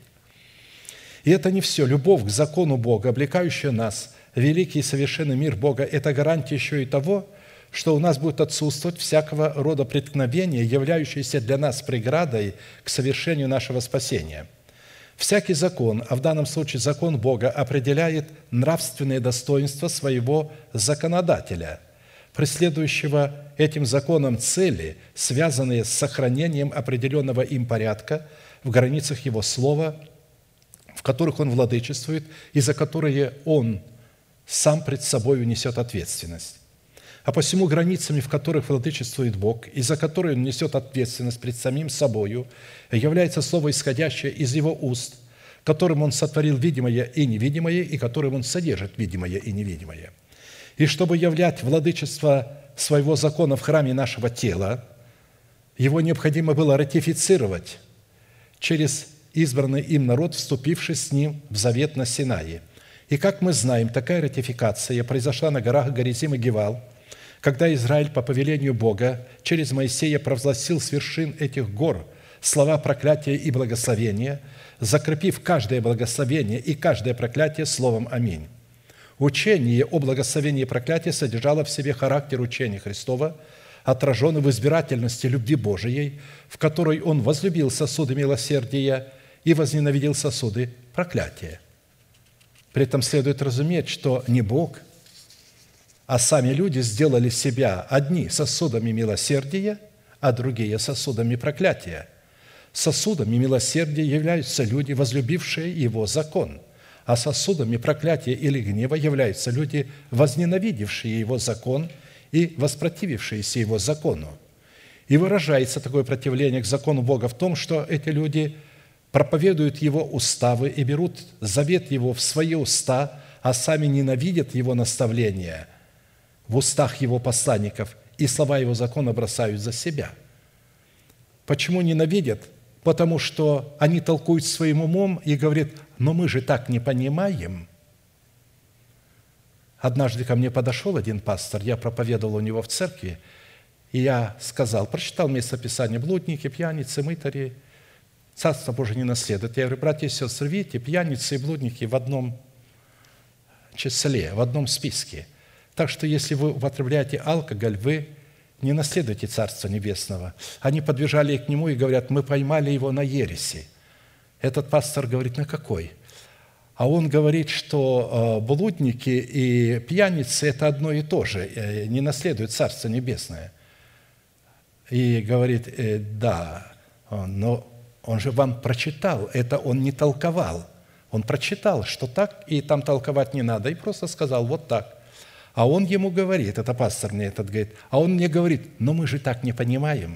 И это не все. Любовь к закону Бога, облекающая нас, великий и совершенный мир Бога, это гарантия еще и того, что у нас будет отсутствовать всякого рода преткновения, являющиеся для нас преградой к совершению нашего спасения. Всякий закон, а в данном случае закон Бога, определяет нравственные достоинства своего законодателя, преследующего этим законом цели, связанные с сохранением определенного им порядка в границах Его Слова, в которых Он владычествует и за которые Он сам пред собой несет ответственность. А посему границами, в которых владычествует Бог, и за которые Он несет ответственность пред самим собою, является слово, исходящее из Его уст, которым Он сотворил видимое и невидимое, и которым Он содержит видимое и невидимое. И чтобы являть владычество своего закона в храме нашего тела, его необходимо было ратифицировать через избранный им народ, вступивший с ним в завет на Синае. И, как мы знаем, такая ратификация произошла на горах Горизим и Гевал, когда Израиль по повелению Бога через Моисея провозгласил с вершин этих гор слова проклятия и благословения, закрепив каждое благословение и каждое проклятие словом «Аминь». Учение о благословении и проклятии содержало в себе характер учения Христова, отраженный в избирательности любви Божией, в которой Он возлюбил сосуды милосердия и возненавидел сосуды проклятия. При этом следует разуметь, что не Бог, а сами люди сделали себя одни сосудами милосердия, а другие сосудами проклятия. Сосудами милосердия являются люди, возлюбившие Его закон, а сосудами проклятия или гнева являются люди, возненавидевшие Его закон и воспротивившиеся Его закону. И выражается такое противление к закону Бога в том, что эти люди проповедуют Его уставы и берут завет Его в свои уста, а сами ненавидят Его наставления в устах Его посланников и слова Его закона бросают за себя. Почему ненавидят? Потому что они толкуют своим умом и говорят: но мы же так не понимаем. Однажды ко мне подошел один пастор, я проповедовал у него в церкви, и я сказал, прочитал местописание: блудники, пьяницы, мытари, Царство Божие не наследуют. Я говорю: братья и сестры, видите, пьяницы и блудники в одном числе, в одном списке. Так что, если вы употребляете алкоголь, вы не наследуете Царство Небесного. Они подбежали к нему и говорят: мы поймали его на ереси. Этот пастор говорит: на какой? А он говорит, что блудники и пьяницы – это одно и то же, не наследуют Царство Небесное. И говорит: да, но он же вам прочитал, это он не толковал. Он прочитал, что так, и там толковать не надо, и просто сказал: вот так. А он ему говорит, это пастор мне этот говорит, а он мне говорит: но мы же так не понимаем.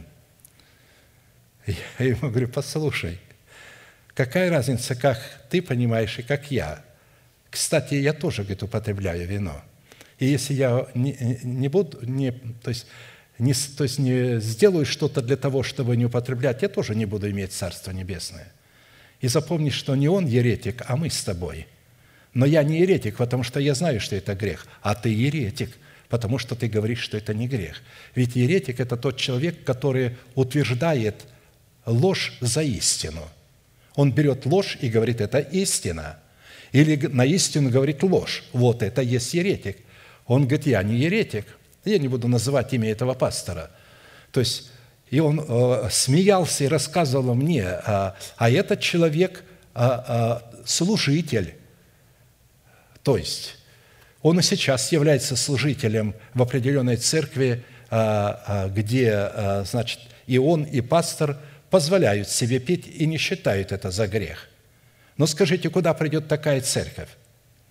Я ему говорю: послушай, какая разница, как ты понимаешь и как я? Кстати, я тоже, говорит, употребляю вино. И если я не, не буду, не, то, есть, не, то есть не сделаю что-то для того, чтобы не употреблять, я тоже не буду иметь Царство Небесное. И запомни, что не он еретик, а мы с тобой. Но я не еретик, потому что я знаю, что это грех, а ты еретик, потому что ты говоришь, что это не грех. Ведь еретик – это тот человек, который утверждает ложь за истину. Он берет ложь и говорит: это истина. Или на истину говорит ложь. Вот это есть еретик. Он говорит: я не еретик. Я не буду называть имя этого пастора. То есть, и он э, смеялся и рассказывал мне, а, а этот человек а, а, служитель. То есть, он и сейчас является служителем в определенной церкви, а, а, где, а, значит, и он, и пастор позволяют себе пить и не считают это за грех. Но скажите, куда придет такая церковь?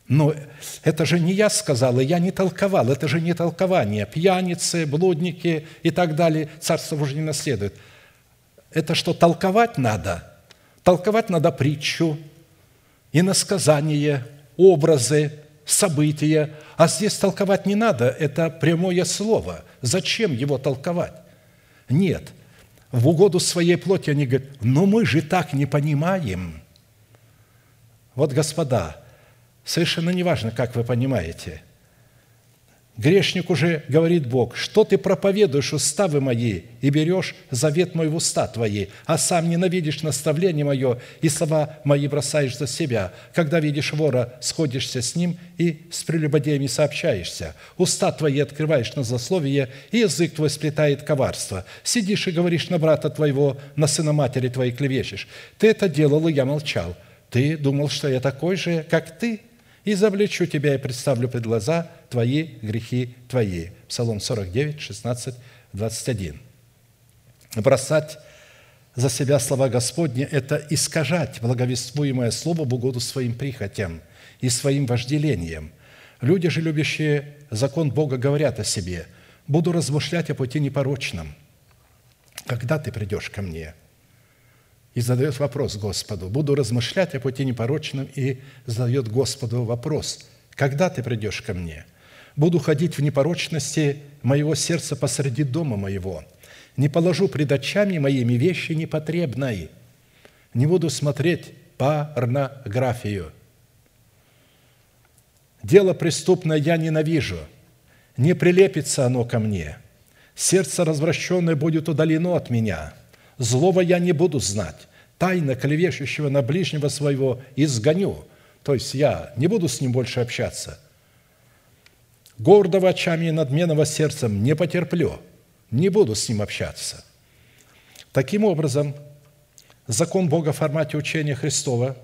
Но это же не я сказал, и я не толковал, это же не толкование. Пьяницы, блудники и так далее Царство Божие не наследует. Это что, толковать надо? Толковать надо притчу, иносказание, образы, события. А здесь толковать не надо, это прямое слово. Зачем его толковать? Нет. В угоду своей плоти они говорят, но мы же так не понимаем. Вот, господа, совершенно неважно, как вы понимаете. Грешник уже говорит Бог, что ты проповедуешь уставы мои и берешь завет мой в уста твои, а сам ненавидишь наставление мое и слова мои бросаешь за себя. Когда видишь вора, сходишься с ним и с прелюбодеями сообщаешься. Уста твои открываешь на злословие, и язык твой сплетает коварство. Сидишь и говоришь на брата твоего, на сына матери твоей клевещешь. Ты это делал, и я молчал. Ты думал, что я такой же, как ты? И завлечу тебя и представлю пред глаза твои грехи твои». Псалом сорок девять, шестнадцать, двадцать один. Бросать за себя слова Господни – это искажать благовествуемое слово в угоду своим прихотям и своим вожделениям. Люди же, любящие закон Бога, говорят о себе: «Буду размышлять о пути непорочном. Когда ты придешь ко мне?» И задает вопрос Господу. «Буду размышлять о пути непорочном», и задает Господу вопрос: «Когда ты придешь ко мне? Буду ходить в непорочности моего сердца посреди дома моего. Не положу пред очами моими вещи непотребной. Не буду смотреть порнографию. Дело преступное я ненавижу. Не прилепится оно ко мне. Сердце развращенное будет удалено от меня. Злого я не буду знать, тайно клевещущего на ближнего своего изгоню». То есть я не буду с ним больше общаться. «Гордого очами и надменного сердцем не потерплю, не буду с ним общаться». Таким образом, закон Бога в формате учения Христова,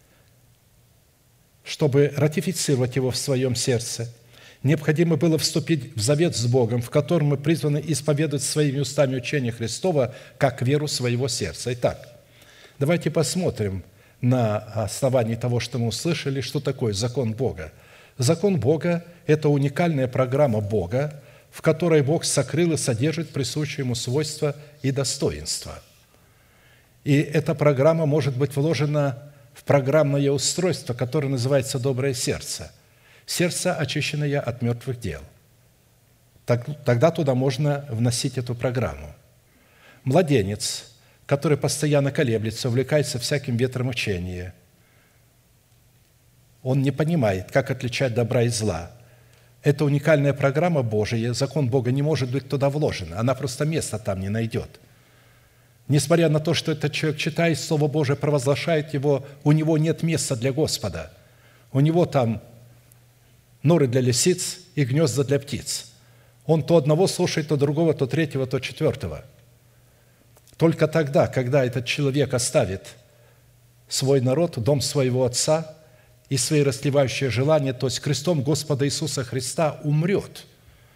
чтобы ратифицировать его в своем сердце, необходимо было вступить в завет с Богом, в котором мы призваны исповедовать своими устами учение Христова как веру своего сердца. Итак, давайте посмотрим на основании того, что мы услышали, что такое закон Бога. Закон Бога – это уникальная программа Бога, в которой Бог сокрыл и содержит присущие ему свойства и достоинства. И эта программа может быть вложена в программное устройство, которое называется «доброе сердце». Сердце, очищенное от мертвых дел. Тогда туда можно вносить эту программу. Младенец, который постоянно колеблется, увлекается всяким ветром учения, он не понимает, как отличать добра и зла. Это уникальная программа Божия, закон Бога не может быть туда вложен, она просто места там не найдет. Несмотря на то, что этот человек читает Слово Божие, провозглашает его, у него нет места для Господа. У него там норы для лисиц и гнезда для птиц. Он то одного слушает, то другого, то третьего, то четвертого. Только тогда, когда этот человек оставит свой народ, дом своего отца и свои растлевающие желания, то есть крестом Господа Иисуса Христа умрет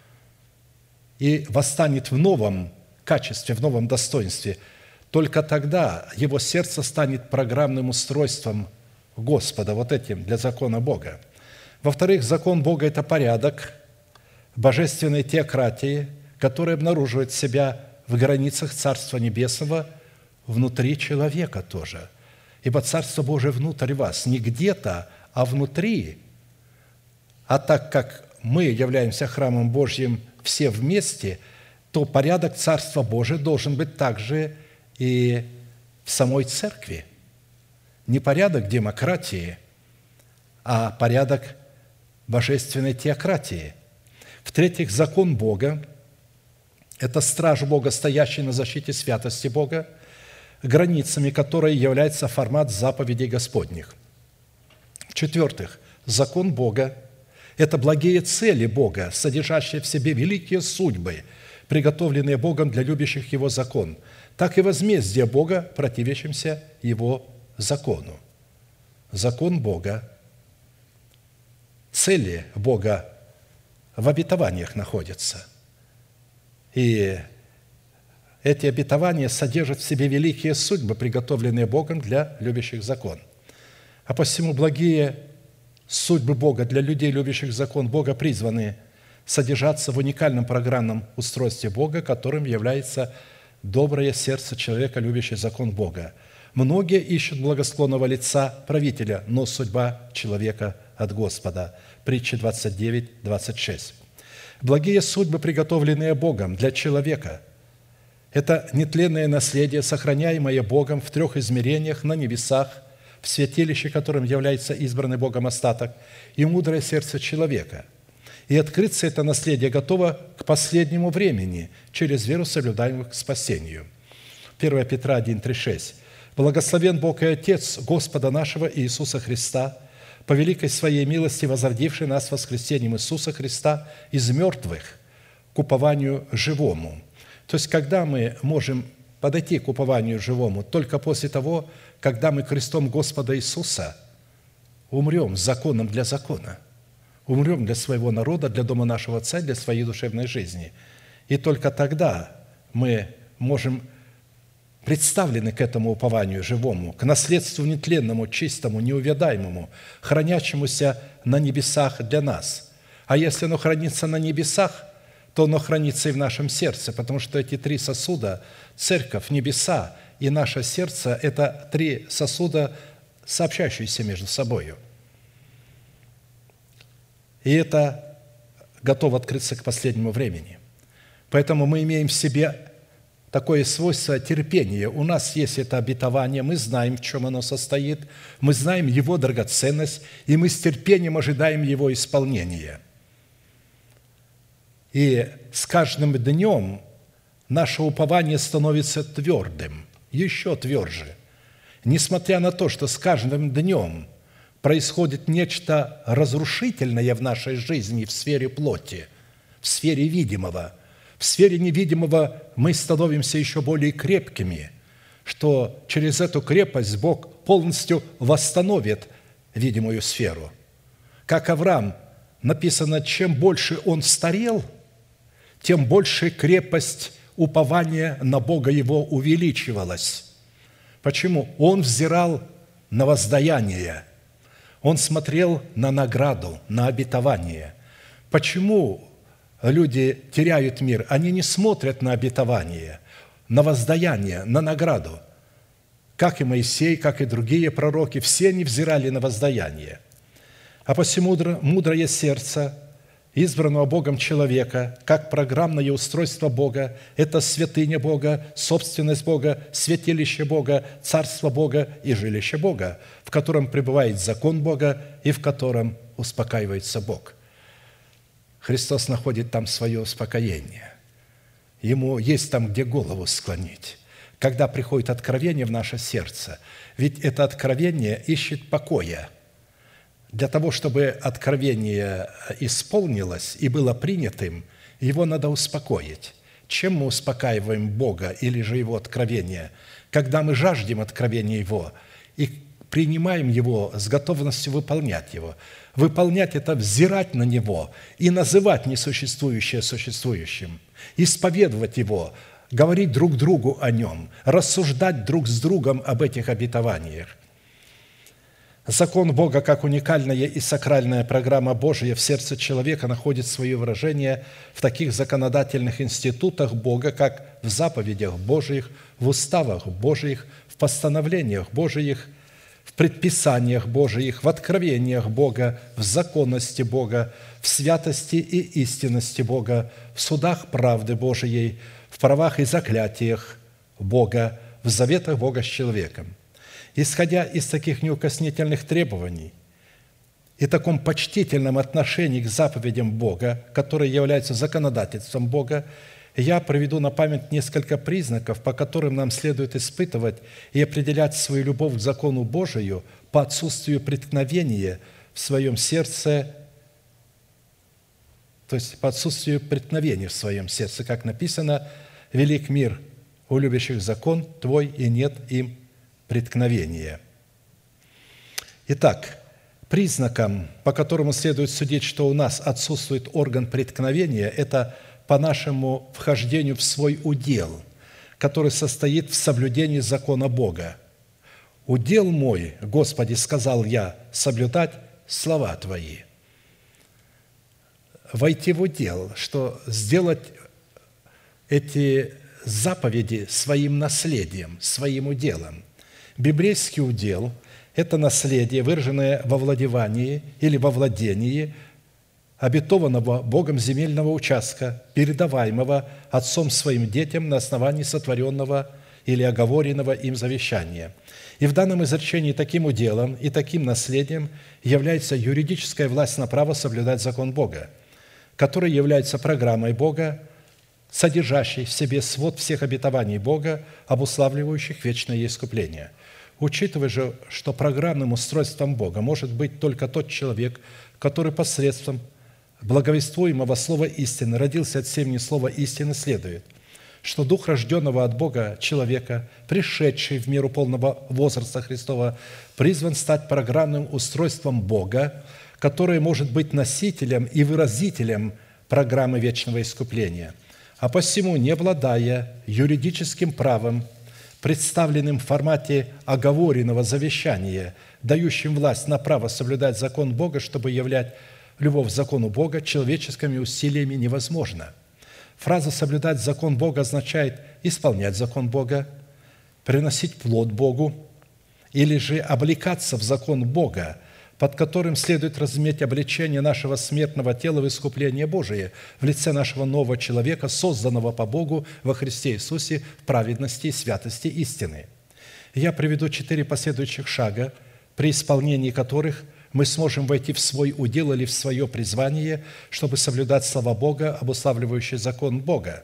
и восстанет в новом качестве, в новом достоинстве, только тогда его сердце станет программным устройством Господа, вот этим, для закона Бога. Во-вторых, закон Бога – это порядок божественной теократии, который обнаруживает себя в границах Царства Небесного внутри человека тоже. Ибо Царство Божие внутрь вас, не где-то, а внутри. А так как мы являемся храмом Божьим все вместе, то порядок Царства Божия должен быть также и в самой церкви. Не порядок демократии, а порядок божественной теократии. В-третьих, закон Бога – это страж Бога, стоящий на защите святости Бога, границами которой является формат заповедей Господних. В-четвертых, закон Бога – это благие цели Бога, содержащие в себе великие судьбы, приготовленные Богом для любящих Его закон, так и возмездие Бога, противящимся Его закону. Закон Бога, цели Бога в обетованиях находятся. И эти обетования содержат в себе великие судьбы, приготовленные Богом для любящих закон. А посему благие судьбы Бога для людей, любящих закон Бога, призваны содержаться в уникальном программном устройстве Бога, которым является доброе сердце человека, любящего закон Бога. Многие ищут благосклонного лица правителя, но судьба человека от Господа. Притча двадцать девять, двадцать шесть. Благие судьбы, приготовленные Богом для человека, это нетленное наследие, сохраняемое Богом в трех измерениях на небесах, в святилище, которым является избранный Богом остаток, и мудрое сердце человека. И открыться это наследие готово к последнему времени через веру соблюдаемых к спасению. первое Петра один, три, шесть. «Благословен Бог и Отец Господа нашего Иисуса Христа, по великой Своей милости возродивший нас воскресением Иисуса Христа из мертвых к упованию живому». То есть, когда мы можем подойти к упованию живому? Только после того, когда мы крестом Господа Иисуса умрем законом для закона, умрем для своего народа, для дома нашего Отца, для своей душевной жизни. И только тогда мы можем представлены к этому упованию живому, к наследству нетленному, чистому, неувядаемому, хранящемуся на небесах для нас. А если оно хранится на небесах, то оно хранится и в нашем сердце, потому что эти три сосуда – церковь, небеса и наше сердце – это три сосуда, сообщающиеся между собой. И это готово открыться к последнему времени. Поэтому мы имеем в себе такое свойство терпения. У нас есть это обетование, мы знаем, в чем оно состоит, мы знаем его драгоценность, и мы с терпением ожидаем его исполнения. И с каждым днем наше упование становится твердым, еще тверже. Несмотря на то, что с каждым днем происходит нечто разрушительное в нашей жизни в сфере плоти, в сфере видимого, в сфере невидимого мы становимся еще более крепкими, что через эту крепость Бог полностью восстановит видимую сферу. Как Авраам, написано, чем больше он старел, тем больше крепость упования на Бога его увеличивалась. Почему? Он взирал на воздаяние, он смотрел на награду, на обетование. Почему люди теряют мир? Они не смотрят на обетование, на воздаяние, на награду. Как и Моисей, как и другие пророки, все они взирали на воздаяние. А посему мудрое сердце избранного Богом человека, как программное устройство Бога, это святыня Бога, собственность Бога, святилище Бога, царство Бога и жилище Бога, в котором пребывает закон Бога и в котором успокаивается Бог. Христос находит там свое успокоение. Ему есть там, где голову склонить. Когда приходит откровение в наше сердце, ведь это откровение ищет покоя. Для того, чтобы откровение исполнилось и было принятым, его надо успокоить. Чем мы успокаиваем Бога или же Его откровение? Когда мы жаждем откровения Его и принимаем Его с готовностью выполнять Его. Выполнять – это взирать на Него и называть несуществующее существующим, исповедовать Его, говорить друг другу о Нем, рассуждать друг с другом об этих обетованиях. Закон Бога, как уникальная и сакральная программа Божия в сердце человека, находит свое выражение в таких законодательных институтах Бога, как в заповедях Божиих, в уставах Божиих, в постановлениях Божиих, в предписаниях Божиих, в откровениях Бога, в законности Бога, в святости и истинности Бога, в судах правды Божией, в правах и заклятиях Бога, в заветах Бога с человеком. Исходя из таких неукоснительных требований и таком почтительном отношении к заповедям Бога, которые являются законодательством Бога, я приведу на память несколько признаков, по которым нам следует испытывать и определять свою любовь к закону Божию по отсутствию преткновения в своем сердце, то есть по отсутствию преткновения в своем сердце, как написано: «Велик мир у любящих закон Твой, и нет им преткновения». Итак, признаком, по которому следует судить, что у нас отсутствует орган преткновения, это по нашему вхождению в свой удел, который состоит в соблюдении закона Бога. «Удел мой, Господи, сказал я, соблюдать слова Твои». Войти в удел, что сделать эти заповеди своим наследием, своим уделом. Библейский удел – это наследие, выраженное во владевании или во владении обетованного Богом земельного участка, передаваемого отцом своим детям на основании сотворенного или оговоренного им завещания. И в данном изречении таким уделом и таким наследием является юридическая власть на право соблюдать закон Бога, который является программой Бога, содержащей в себе свод всех обетований Бога, обуславливающих вечное искупление. Учитывая же, что программным устройством Бога может быть только тот человек, который посредством благовествуемого слова истины родился от семени слова истины, следует, что дух рожденного от Бога человека, пришедший в меру полного возраста Христова, призван стать программным устройством Бога, которое может быть носителем и выразителем программы вечного искупления. А посему, не обладая юридическим правом, представленным в формате оговоренного завещания, дающим власть на право соблюдать закон Бога, чтобы являть любовь к закону Бога, человеческими усилиями невозможно. Фраза «соблюдать закон Бога» означает исполнять закон Бога, приносить плод Богу или же облекаться в закон Бога, под которым следует разуметь облечение нашего смертного тела в искупление Божие в лице нашего нового человека, созданного по Богу во Христе Иисусе в праведности и святости истины. Я приведу четыре последующих шага, при исполнении которых мы сможем войти в свой удел или в свое призвание, чтобы соблюдать слова Бога, обуславливающие закон Бога.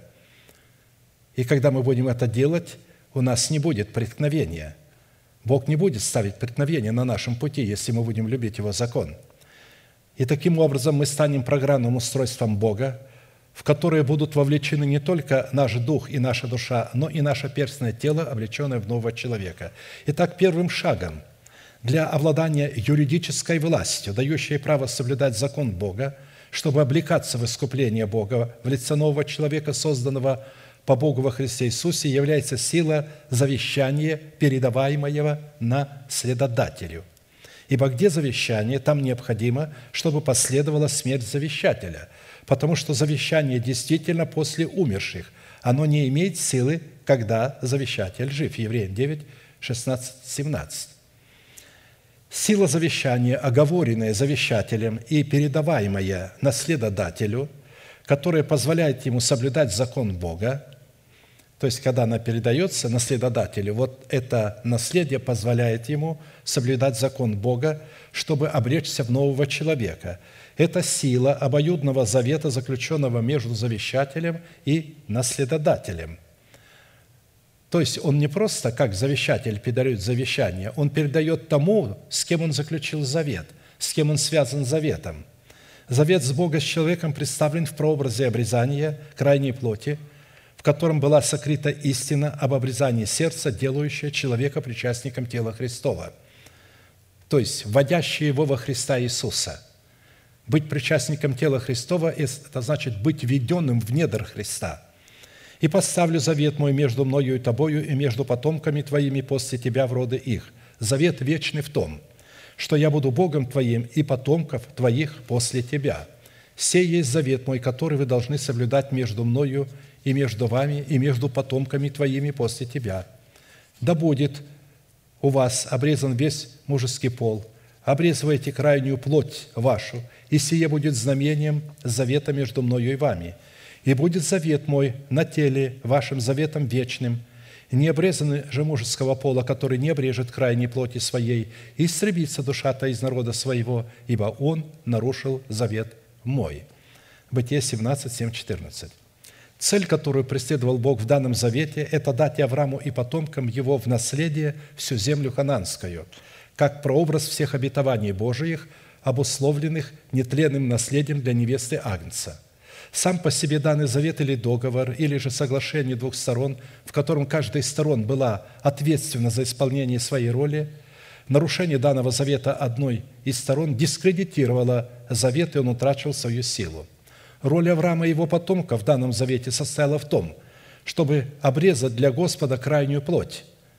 И когда мы будем это делать, у нас не будет преткновения. Бог не будет ставить преткновения на нашем пути, если мы будем любить Его закон. И таким образом мы станем программным устройством Бога, в которое будут вовлечены не только наш дух и наша душа, но и наше перстное тело, облеченное в нового человека. Итак, первым шагом для обладания юридической властью, дающей право соблюдать закон Бога, чтобы облекаться в искупление Бога в лице нового человека, созданного по Богу во Христе Иисусе, является сила завещания, передаваемого наследодателю. Ибо где завещание, там необходимо, чтобы последовала смерть завещателя, потому что завещание действительно после умерших. Оно не имеет силы, когда завещатель жив. Евреям девять, шестнадцать, семнадцать. Сила завещания, оговоренная завещателем и передаваемая наследодателю, которая позволяет ему соблюдать закон Бога, то есть, когда она передается наследодателю, вот это наследие позволяет ему соблюдать закон Бога, чтобы облечься в нового человека. Это сила обоюдного завета, заключенного между завещателем и наследодателем. То есть, он не просто, как завещатель передает завещание, он передает тому, с кем он заключил завет, с кем он связан заветом. Завет с Богом с человеком представлен в прообразе обрезания крайней плоти, в котором была сокрыта истина об обрезании сердца, делающая человека причастником тела Христова, то есть вводящая его во Христа Иисуса. Быть причастником тела Христова – это значит быть введенным в недр Христа. «И поставлю завет мой между мною и тобою, и между потомками твоими после тебя в роды их. Завет вечный в том, что я буду Богом твоим и потомков твоих после тебя. Сей есть завет мой, который вы должны соблюдать между мною и между вами, и между потомками твоими после тебя. Да будет у вас обрезан весь мужеский пол, обрезывайте крайнюю плоть вашу, и сие будет знамением завета между мною и вами. И будет завет мой на теле вашим заветом вечным. Не обрезаны же мужеского пола, который не обрежет крайней плоти своей, и истребится душа-то из народа своего, ибо он нарушил завет мой». Бытие семнадцать, семь, четырнадцать. Цель, которую преследовал Бог в данном завете, это дать Аврааму и потомкам его в наследие всю землю хананскую, как прообраз всех обетований Божиих, обусловленных нетленным наследием для невесты Агнца. Сам по себе данный завет или договор, или же соглашение двух сторон, в котором каждая из сторон была ответственна за исполнение своей роли, нарушение данного завета одной из сторон дискредитировало завет, и он утрачивал свою силу. Роль Авраама и его потомков в данном завете состояла в том, чтобы обрезать для Господа крайнюю плоть,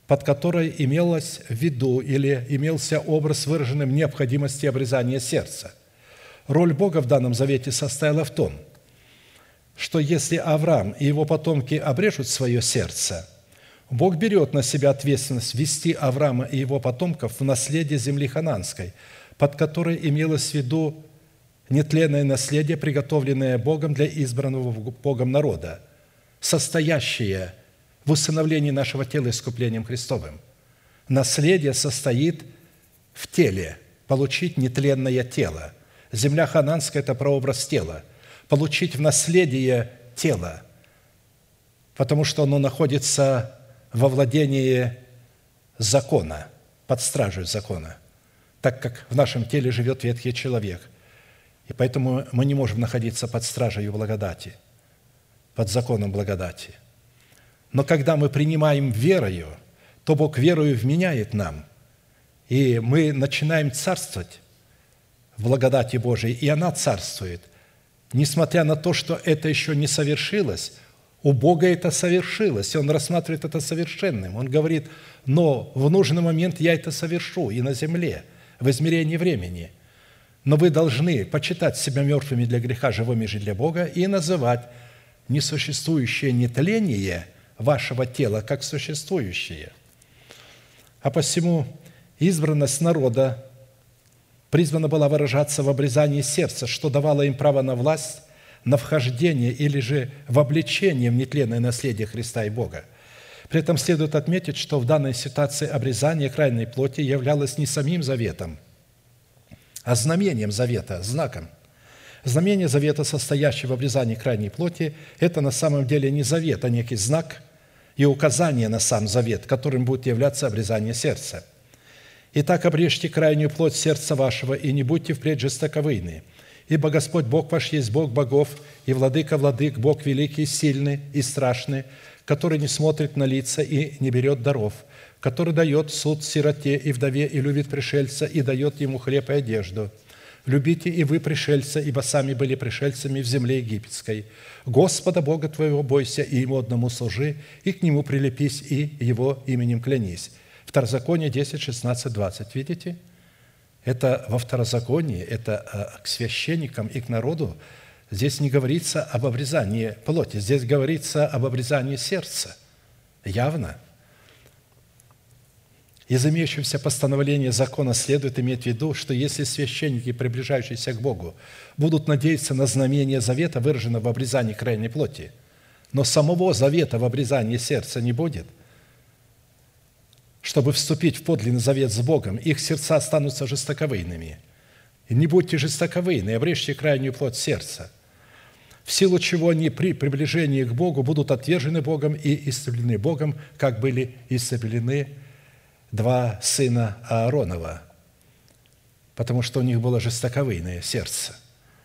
под которой имелось в виду или имелся образ, выраженный в необходимости обрезания сердца. Роль Бога в данном завете состояла в том, что если Авраам и его потомки обрежут свое сердце, Бог берет на себя ответственность ввести Авраама и его потомков в наследие земли хананской, под которой имелось в виду нетленное наследие, приготовленное Богом для избранного Богом народа, состоящее в усыновлении нашего тела искуплением Христовым. Наследие состоит в теле, получить нетленное тело. Земля хананская – это прообраз тела. Получить в наследие тело, потому что оно находится во владении закона, под стражей закона, так как в нашем теле живет ветхий человек. И поэтому мы не можем находиться под стражей благодати, под законом благодати. Но когда мы принимаем верою, то Бог верою вменяет нам, и мы начинаем царствовать в благодати Божией, и она царствует. Несмотря на то, что это еще не совершилось, у Бога это совершилось, и Он рассматривает это совершенным. Он говорит: но в нужный момент я это совершу и на земле, в измерении времени. Но вы должны почитать себя мертвыми для греха, живыми же для Бога, и называть несуществующее нетление вашего тела как существующее. А посему избранность народа призвана была выражаться в обрезании сердца, что давало им право на власть, на вхождение или же в облечение в нетленное наследие Христа и Бога. При этом следует отметить, что в данной ситуации обрезание крайней плоти являлось не самим заветом, а знамением завета, знаком. Знамение завета, состоящее в обрезании крайней плоти, это на самом деле не завет, а некий знак и указание на сам завет, которым будет являться обрезание сердца. «Итак, обрежьте крайнюю плоть сердца вашего, и не будьте впредь жестоковыйны. Ибо Господь Бог ваш есть Бог богов, и Владыка владык, Бог великий, сильный и страшный, который не смотрит на лица и не берет даров, который дает суд сироте и вдове, и любит пришельца, и дает ему хлеб и одежду. Любите и вы пришельца, ибо сами были пришельцами в земле египетской. Господа Бога твоего бойся, и Ему одному служи, и к Нему прилепись, и Его именем клянись». Второзаконие десять, шестнадцать, двадцать. Видите? Это во Второзаконии, это к священникам и к народу. Здесь не говорится об обрезании плоти, здесь говорится об обрезании сердца. Явно. Из имеющегося постановления закона следует иметь в виду, что если священники, приближающиеся к Богу, будут надеяться на знамение завета, выраженного в обрезании крайней плоти, но самого завета в обрезании сердца не будет, чтобы вступить в подлинный завет с Богом, их сердца останутся жестоковыйными. И не будьте жестоковыйны, обрежьте крайнюю плоть сердца, в силу чего они при приближении к Богу будут отвержены Богом и истреблены Богом, как были истреблены два сына Ааронова, потому что у них было жестоковыйное сердце.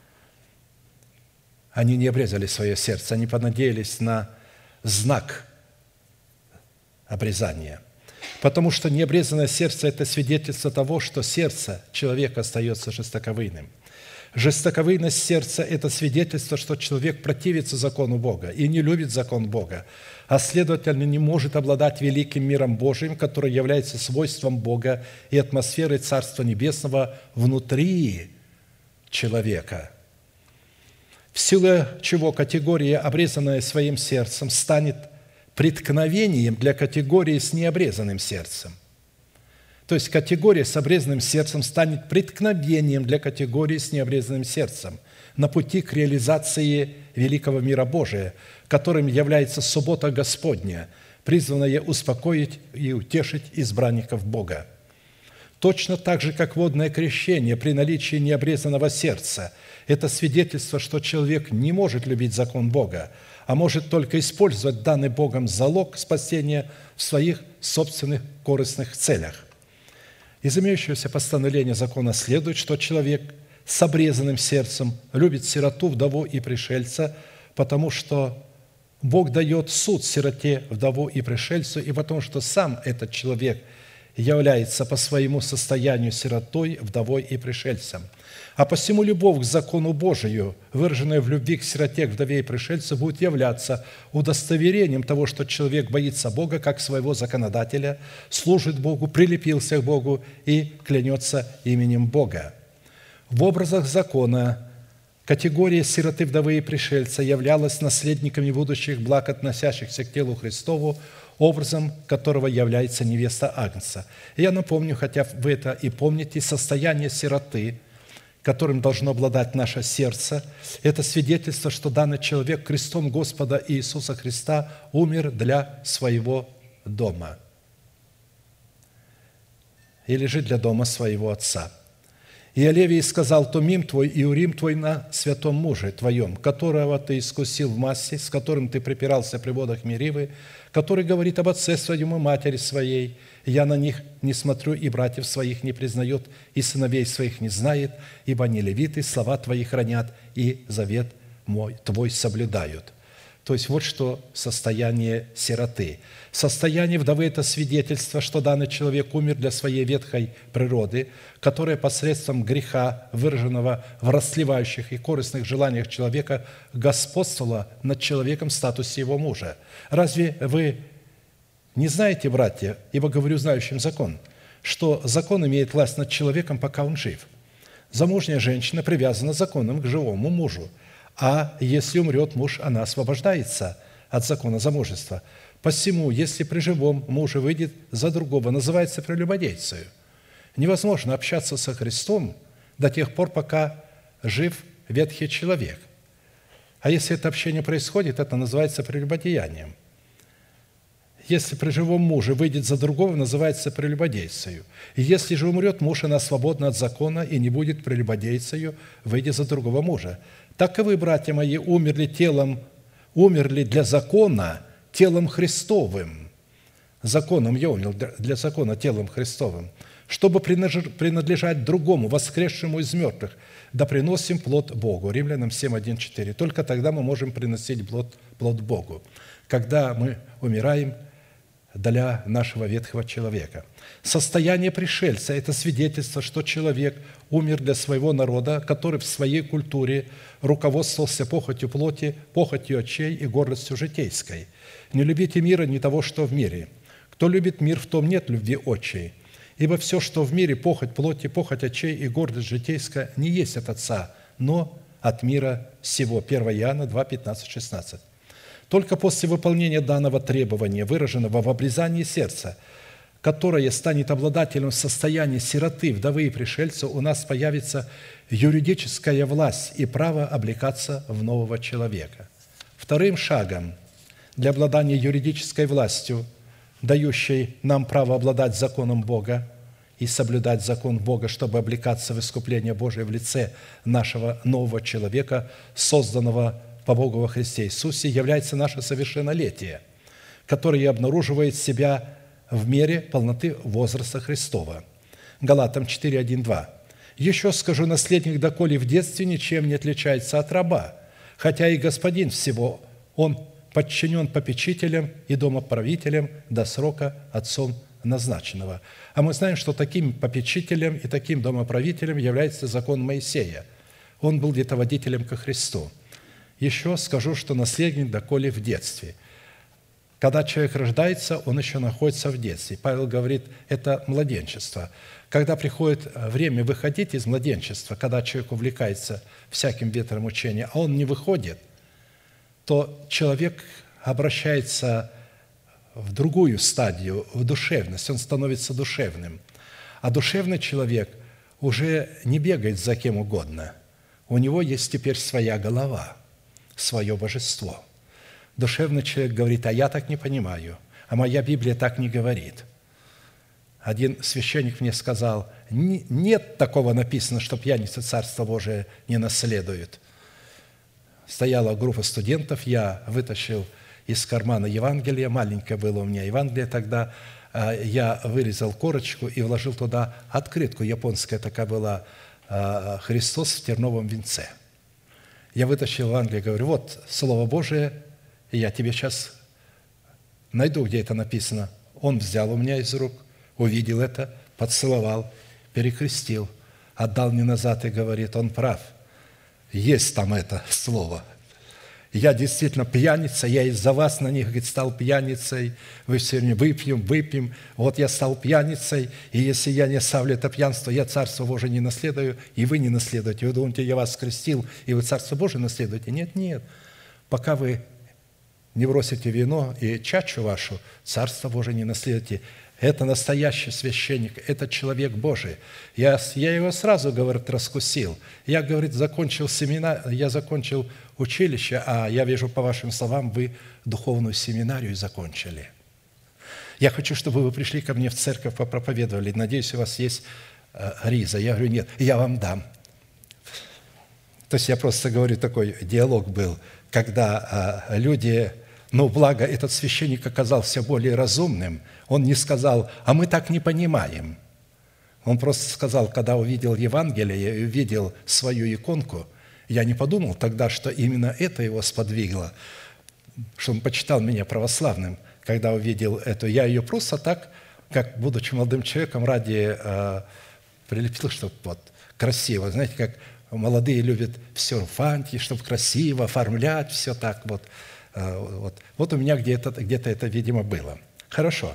Они не обрезали свое сердце, они понадеялись на знак обрезания. Потому что необрезанное сердце – это свидетельство того, что сердце человека остается жестоковыйным. Жестоковыйность сердца – это свидетельство, что человек противится закону Бога и не любит закон Бога, а следовательно не может обладать великим миром Божиим, который является свойством Бога и атмосферой Царства Небесного внутри человека. В силу чего категория, обрезанная своим сердцем, станет преткновением для категории с необрезанным сердцем. То есть категория с обрезанным сердцем станет преткновением для категории с необрезанным сердцем на пути к реализации великого мира Божия, которым является суббота Господня, призванная успокоить и утешить избранников Бога. Точно так же, как водное крещение при наличии необрезанного сердца – это свидетельство, что человек не может любить закон Бога, а может только использовать данный Богом залог спасения в своих собственных корыстных целях. Из имеющегося постановления закона следует, что человек с обрезанным сердцем любит сироту, вдову и пришельца, потому что Бог дает суд сироте, вдову и пришельцу, и потому что сам этот человек является по своему состоянию сиротой, вдовой и пришельцем – А посему любовь к закону Божию, выраженная в любви к сироте, к вдове и пришельцу, будет являться удостоверением того, что человек боится Бога как своего законодателя, служит Богу, прилепился к Богу и клянется именем Бога. В образах закона категория сироты, вдовы и пришельца являлась наследниками будущих благ, относящихся к телу Христову, образом которого является невеста Агнца. И я напомню, хотя вы это и помните, состояние сироты, которым должно обладать наше сердце, это свидетельство, что данный человек крестом Господа Иисуса Христа умер для своего дома или же для дома своего отца. И Левий сказал: «Тумим твой и урим твой на святом муже твоем, которого ты искусил в массе, с которым ты припирался при водах Меривы, который говорит об отце своем и матери своей. Я на них не смотрю, и братьев своих не признает, и сыновей своих не знает, ибо они левиты, слова твои хранят, и завет мой твой соблюдают». То есть вот что состояние сироты. Состояние вдовы – это свидетельство, что данный человек умер для своей ветхой природы, которая посредством греха, выраженного в растлевающих и корыстных желаниях человека, господствовала над человеком в статусе его мужа. Разве вы не знаете, братья, ибо говорю знающим закон, что закон имеет власть над человеком, пока он жив? Замужняя женщина привязана законом к живому мужу, а если умрет муж, она освобождается от закона замужества. Посему, если при живом муже выйдет за другого, называется прелюбодейцею. Невозможно общаться со Христом до тех пор, пока жив ветхий человек. А если это общение происходит, это называется прелюбодеянием. Если при живом муже выйдет за другого, называется прелюбодейцею. И если же умрет муж, она свободна от закона и не будет прелюбодейцею, выйдя за другого мужа. Так и вы, братья мои, умерли телом, умерли для закона телом Христовым. Законом я умер для закона телом Христовым, чтобы принадлежать другому, воскресшему из мертвых, да приносим плод Богу. Римлянам семь, один, четыре. Только тогда мы можем приносить плод, плод Богу, когда мы умираем для нашего ветхого человека. Состояние пришельца – это свидетельство, что человек умер для своего народа, который в своей культуре руководствовался похотью плоти, похотью очей и гордостью житейской. Не любите мира, ни того, что в мире. Кто любит мир, в том нет любви отчей. Ибо все, что в мире, похоть плоти, похоть очей и гордость житейская, не есть от Отца, но от мира сего». первое Иоанна два, пятнадцать, шестнадцать. Только после выполнения данного требования, выраженного в обрезании сердца, которое станет обладателем состояния сироты, вдовы и пришельца, у нас появится юридическая власть и право облекаться в нового человека. Вторым шагом для обладания юридической властью, дающей нам право обладать законом Бога и соблюдать закон Бога, чтобы облекаться в искупление Божие в лице нашего нового человека, созданного по Богу во Христе Иисусе, является наше совершеннолетие, которое обнаруживает себя в мере полноты возраста Христова. Галатам четыре, один, два. «Еще скажу, наследник, доколе в детстве ничем не отличается от раба, хотя и господин всего, он подчинен попечителям и домоправителям до срока отцом назначенного». А мы знаем, что таким попечителем и таким домоправителем является закон Моисея. Он был где-то водителем ко Христу. Еще скажу, что наследник доколе в детстве. Когда человек рождается, он еще находится в детстве. Павел говорит, это младенчество. Когда приходит время выходить из младенчества, когда человек увлекается всяким ветром учения, а он не выходит, то человек обращается в другую стадию, в душевность, он становится душевным. А душевный человек уже не бегает за кем угодно. У него есть теперь своя голова, свое божество. Душевный человек говорит, а я так не понимаю, а моя Библия так не говорит. Один священник мне сказал, нет такого написано, что пьяница Царство Божие не наследует. Стояла группа студентов, я вытащил из кармана Евангелие, маленькое было у меня Евангелие тогда, я вырезал корочку и вложил туда открытку, японская такая была, «Христос в терновом венце». Я вытащил Евангелие, говорю, вот Слово Божие, и я тебе сейчас найду, где это написано. Он взял у меня из рук, увидел это, поцеловал, перекрестил, отдал мне назад и говорит, он прав. Есть там это слово. Я действительно пьяница, я из-за вас на них, говорит, стал пьяницей. Вы все время выпьем, выпьем. Вот я стал пьяницей, и если я не оставлю это пьянство, я Царство Божие не наследую, и вы не наследуете. Вы думаете, я вас скрестил, и вы Царство Божие наследуете? Нет, нет. Пока вы не бросите вино и чачу вашу, Царство Божие не наследуете. Это настоящий священник, это человек Божий. Я, я его сразу, говорит, раскусил. Я, говорит, закончил семинар, я закончил училище, а я вижу, по вашим словам, вы духовную семинарию закончили. Я хочу, чтобы вы пришли ко мне в церковь, попроповедовали. Надеюсь, у вас есть э, риза. Я говорю, нет, я вам дам. То есть я просто говорю, такой диалог был, когда э, люди... Но благо этот священник оказался более разумным. Он не сказал, а мы так не понимаем. Он просто сказал, когда увидел Евангелие и увидел свою иконку, я не подумал тогда, что именно это его сподвигло, что он почитал меня православным, когда увидел эту. Я ее просто так, как будучи молодым человеком, ради э, прилепил, чтобы вот красиво. Знаете, как молодые любят все фанти, чтобы красиво оформлять, все так вот. Вот, вот у меня где-то, где-то это, видимо, было. Хорошо.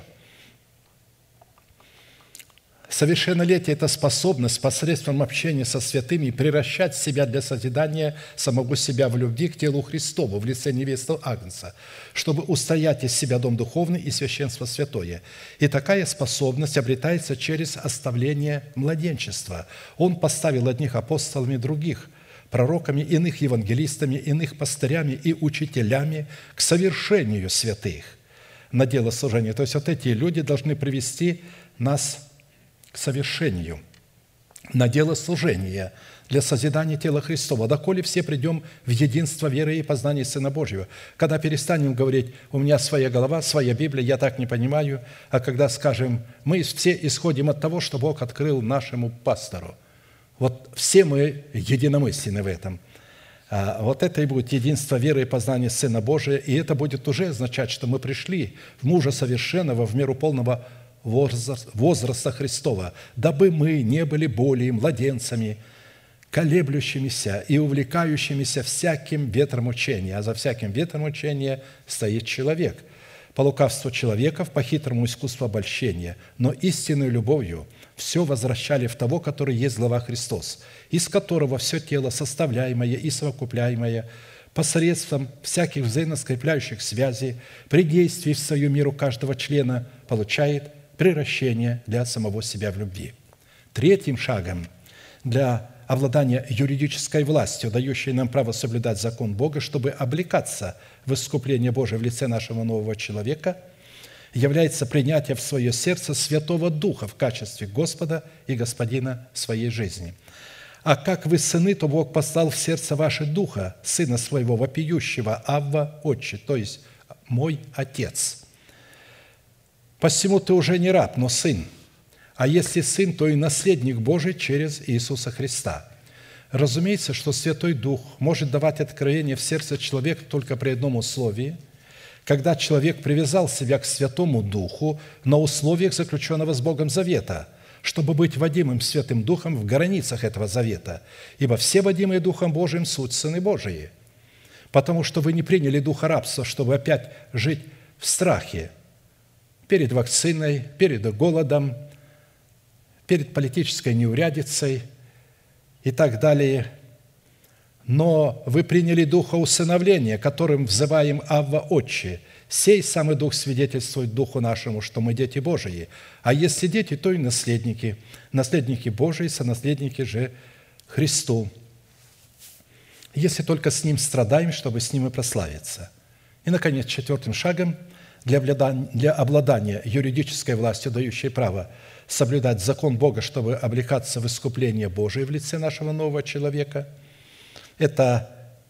Совершеннолетие – это способность посредством общения со святыми превращать себя для созидания самого себя в любви к телу Христову в лице невесты Агнца, чтобы устоять из себя дом духовный и священство святое. И такая способность обретается через оставление младенчества. Он поставил одних апостолами, других – пророками, иных евангелистами, иных пастырями и учителями к совершению святых на дело служения. То есть вот эти люди должны привести нас к совершению, на дело служения для созидания тела Христова, доколе все придем в единство веры и познания Сына Божьего. Когда перестанем говорить, у меня своя голова, своя Библия, я так не понимаю, а когда скажем, мы все исходим от того, что Бог открыл нашему пастору. Вот все мы единомысленны в этом. Вот это и будет единство веры и познания Сына Божия, и это будет уже означать, что мы пришли в мужа совершенного, в меру полного возраста Христова, дабы мы не были более младенцами, колеблющимися и увлекающимися всяким ветром учения. А за всяким ветром учения стоит человек. По лукавству человеков, по хитрому искусству обольщения, но истинной любовью все возвращали в того, который есть глава Христос, из которого все тело, составляемое и совокупляемое, посредством всяких взаимоскрепляющих связей, при действии в свою миру каждого члена, получает превращение для самого себя в любви. Третьим шагом для обладания юридической властью, дающей нам право соблюдать закон Бога, чтобы облекаться в искупление Божие в лице нашего нового человека, является принятие в свое сердце Святого Духа в качестве Господа и Господина своей жизни. А как вы сыны, то Бог послал в сердце ваше Духа, Сына Своего вопиющего, Авва, Отче, то есть мой Отец. Посему ты уже не раб, но сын. А если сын, то и наследник Божий через Иисуса Христа. Разумеется, что Святой Дух может давать откровение в сердце человека только при одном условии – когда человек привязал себя к Святому Духу на условиях заключенного с Богом завета, чтобы быть водимым Святым Духом в границах этого завета. Ибо все водимые Духом Божиим суть сыны Божии. Потому что вы не приняли духа рабства, чтобы опять жить в страхе перед вакциной, перед голодом, перед политической неурядицей и так далее. Но вы приняли духа усыновления, которым взываем Авва Отче. Сей самый Дух свидетельствует Духу нашему, что мы дети Божии. А если дети, то и наследники. Наследники Божии, сонаследники же Христу. Если только с Ним страдаем, чтобы с Ним и прославиться. И, наконец, четвертым шагом для обладания юридической властью, дающей право соблюдать закон Бога, чтобы облекаться в искупление Божие в лице нашего нового человека – это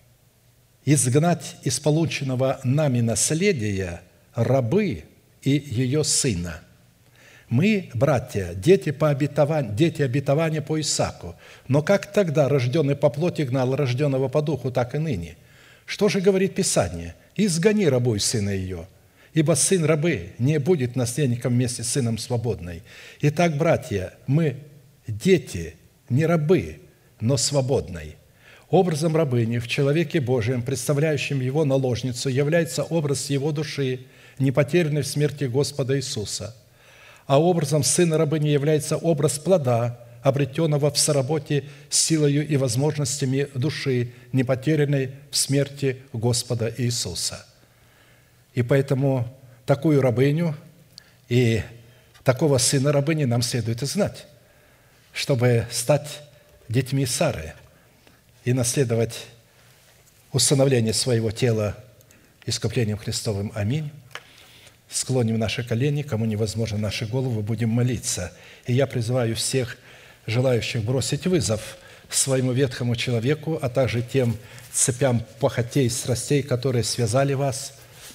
изгнать из полученного нами наследия рабы и ее сына. Мы, братья, дети, по обетованию, дети обетования по Исааку. Но как тогда рожденный по плоти гнал рожденного по духу, так и ныне. Что же говорит Писание? «Изгони рабу и сына ее, ибо сын рабы не будет наследником вместе с сыном свободной». Итак, братья, мы дети не рабы, но свободной. Образом рабыни в человеке Божьем, представляющем его наложницу, является образ его души, не потерянной в смерти Господа Иисуса. А образом сына рабыни является образ плода, обретенного в соработе с силою и возможностями души, не потерянной в смерти Господа Иисуса. И поэтому такую рабыню и такого сына рабыни нам следует и знать, чтобы стать детьми Сары и наследовать усыновление своего тела искуплением Христовым. Аминь. Склоним наши колени, кому невозможно наши головы, будем молиться. И я призываю всех желающих бросить вызов своему ветхому человеку, а также тем цепям похотей, страстей, которые связали вас,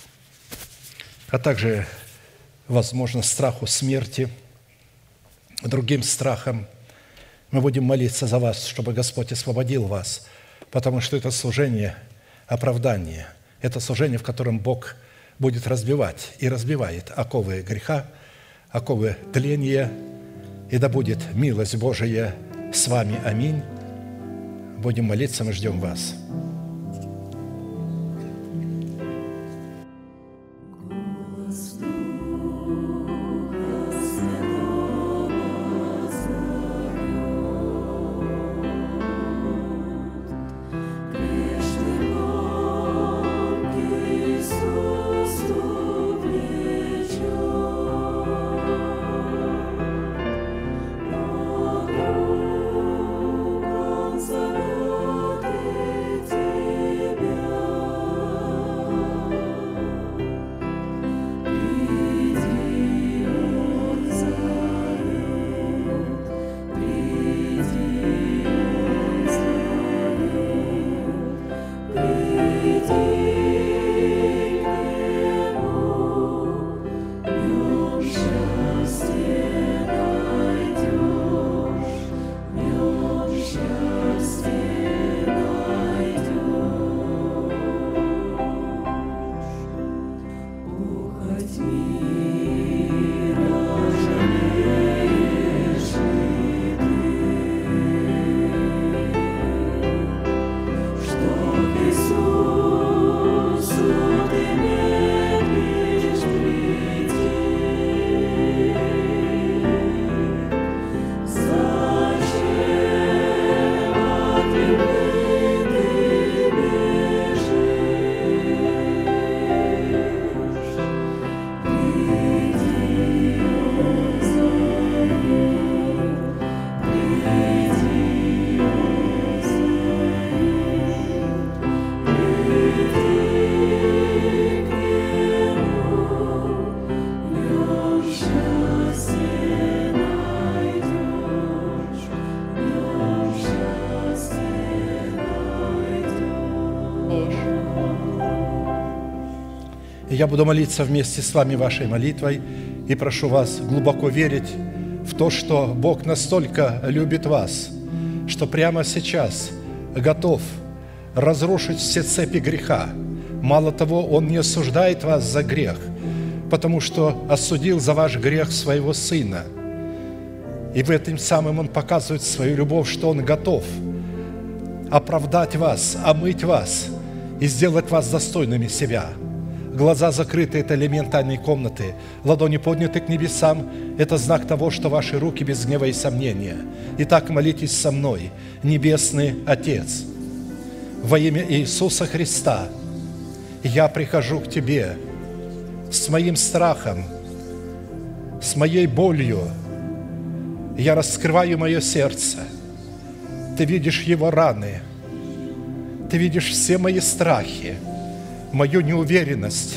а также, возможно, страху смерти, другим страхам. Мы будем молиться за вас, чтобы Господь освободил вас, потому что это служение оправдания, это служение, в котором Бог будет разбивать и разбивает оковы греха, оковы тления, и да будет милость Божия с вами. Аминь. Будем молиться, мы ждем вас. Я буду молиться вместе с вами вашей молитвой и прошу вас глубоко верить в то, что Бог настолько любит вас, что прямо сейчас готов разрушить все цепи греха. Мало того, Он не осуждает вас за грех, потому что осудил за ваш грех своего Сына. И в этом самым Он показывает свою любовь, что Он готов оправдать вас, омыть вас и сделать вас достойными себя. Глаза закрыты – это элемент тайной комнаты. Ладони подняты к небесам – это знак того, что ваши руки без гнева и сомнения. Итак, молитесь со мной. Небесный Отец, во имя Иисуса Христа, я прихожу к Тебе с моим страхом, с моей болью. Я раскрываю мое сердце. Ты видишь его раны. Ты видишь все мои страхи, мою неуверенность,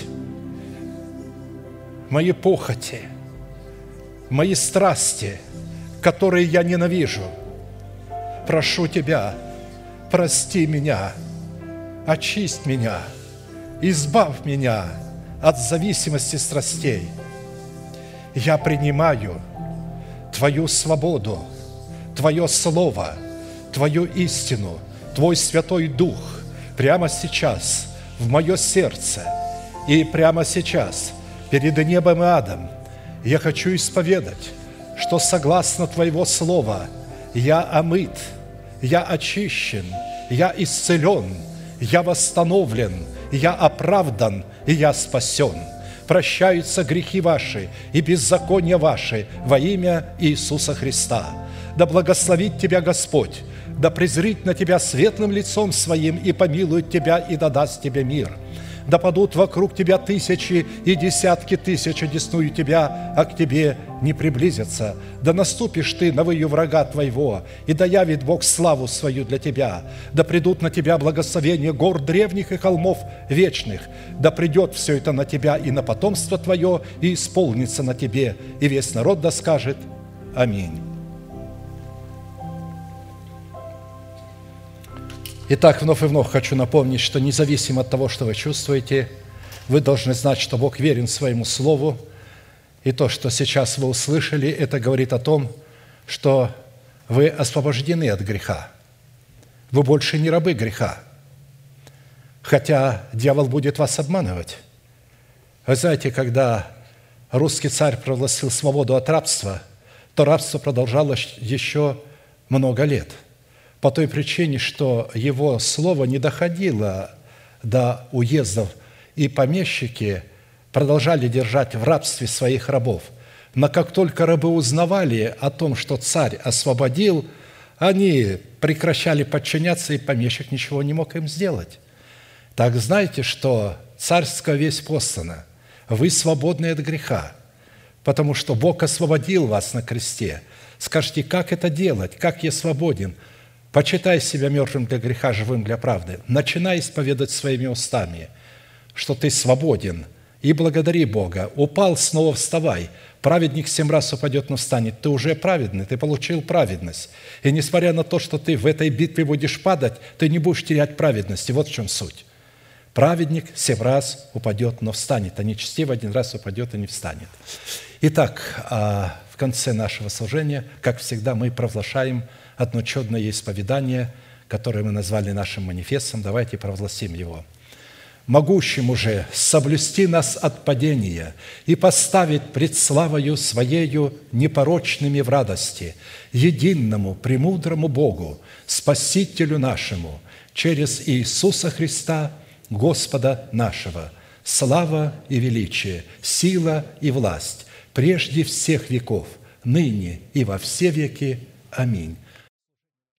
мои похоти, мои страсти, которые я ненавижу. Прошу Тебя, прости меня, очисть меня, избавь меня от зависимости страстей. Я принимаю Твою свободу, Твое Слово, Твою истину, Твой Святой Дух прямо сейчас в мое сердце. И прямо сейчас перед небом и адом я хочу исповедать, что согласно Твоего Слова Я омыт, я очищен, я исцелен, я восстановлен, я оправдан, и я спасен. Прощаются грехи ваши и беззакония ваши во имя Иисуса Христа. Да благословит тебя Господь, да презрит на тебя светлым лицом Своим и помилует тебя и да даст тебе мир. Да падут вокруг тебя тысячи и десятки тысяч одесную тебя, а к тебе не приблизятся. Да наступишь ты на выю врага твоего, и да явит Бог славу свою для тебя. Да придут на тебя благословения гор древних и холмов вечных. Да придет все это на тебя и на потомство твое, и исполнится на тебе. И весь народ да скажет Аминь. Итак, вновь и вновь хочу напомнить, что независимо от того, что вы чувствуете, вы должны знать, что Бог верен своему Слову, и то, что сейчас вы услышали, это говорит о том, что вы освобождены от греха. Вы больше не рабы греха, хотя дьявол будет вас обманывать. Вы знаете, когда русский царь провозгласил свободу от рабства, то рабство продолжалось еще много лет – по той причине, что его слово не доходило до уездов, и помещики продолжали держать в рабстве своих рабов. Но как только рабы узнавали о том, что царь освободил, они прекращали подчиняться, и помещик ничего не мог им сделать. Так знайте, что царская весть послана. Вы свободны от греха, потому что Бог освободил вас на кресте. Скажите, как это делать? Как я свободен? Почитай себя мертвым для греха, живым для правды. Начинай исповедать своими устами, что ты свободен, и благодари Бога. Упал, снова вставай. Праведник семь раз упадет, но встанет. Ты уже праведный, ты получил праведность. И несмотря на то, что ты в этой битве будешь падать, ты не будешь терять праведности. Вот в чем суть. Праведник семь раз упадет, но встанет, а нечестивый один раз упадет и не встанет. Итак, в конце нашего служения, как всегда, мы провозглашаем одно чудное исповедание, которое мы назвали нашим манифестом. Давайте провозгласим его. «Могущему же соблюсти нас от падения и поставить пред славою Своею непорочными в радости, единому, премудрому Богу, Спасителю нашему, через Иисуса Христа, Господа нашего, слава и величие, сила и власть, прежде всех веков, ныне и во все веки. Аминь».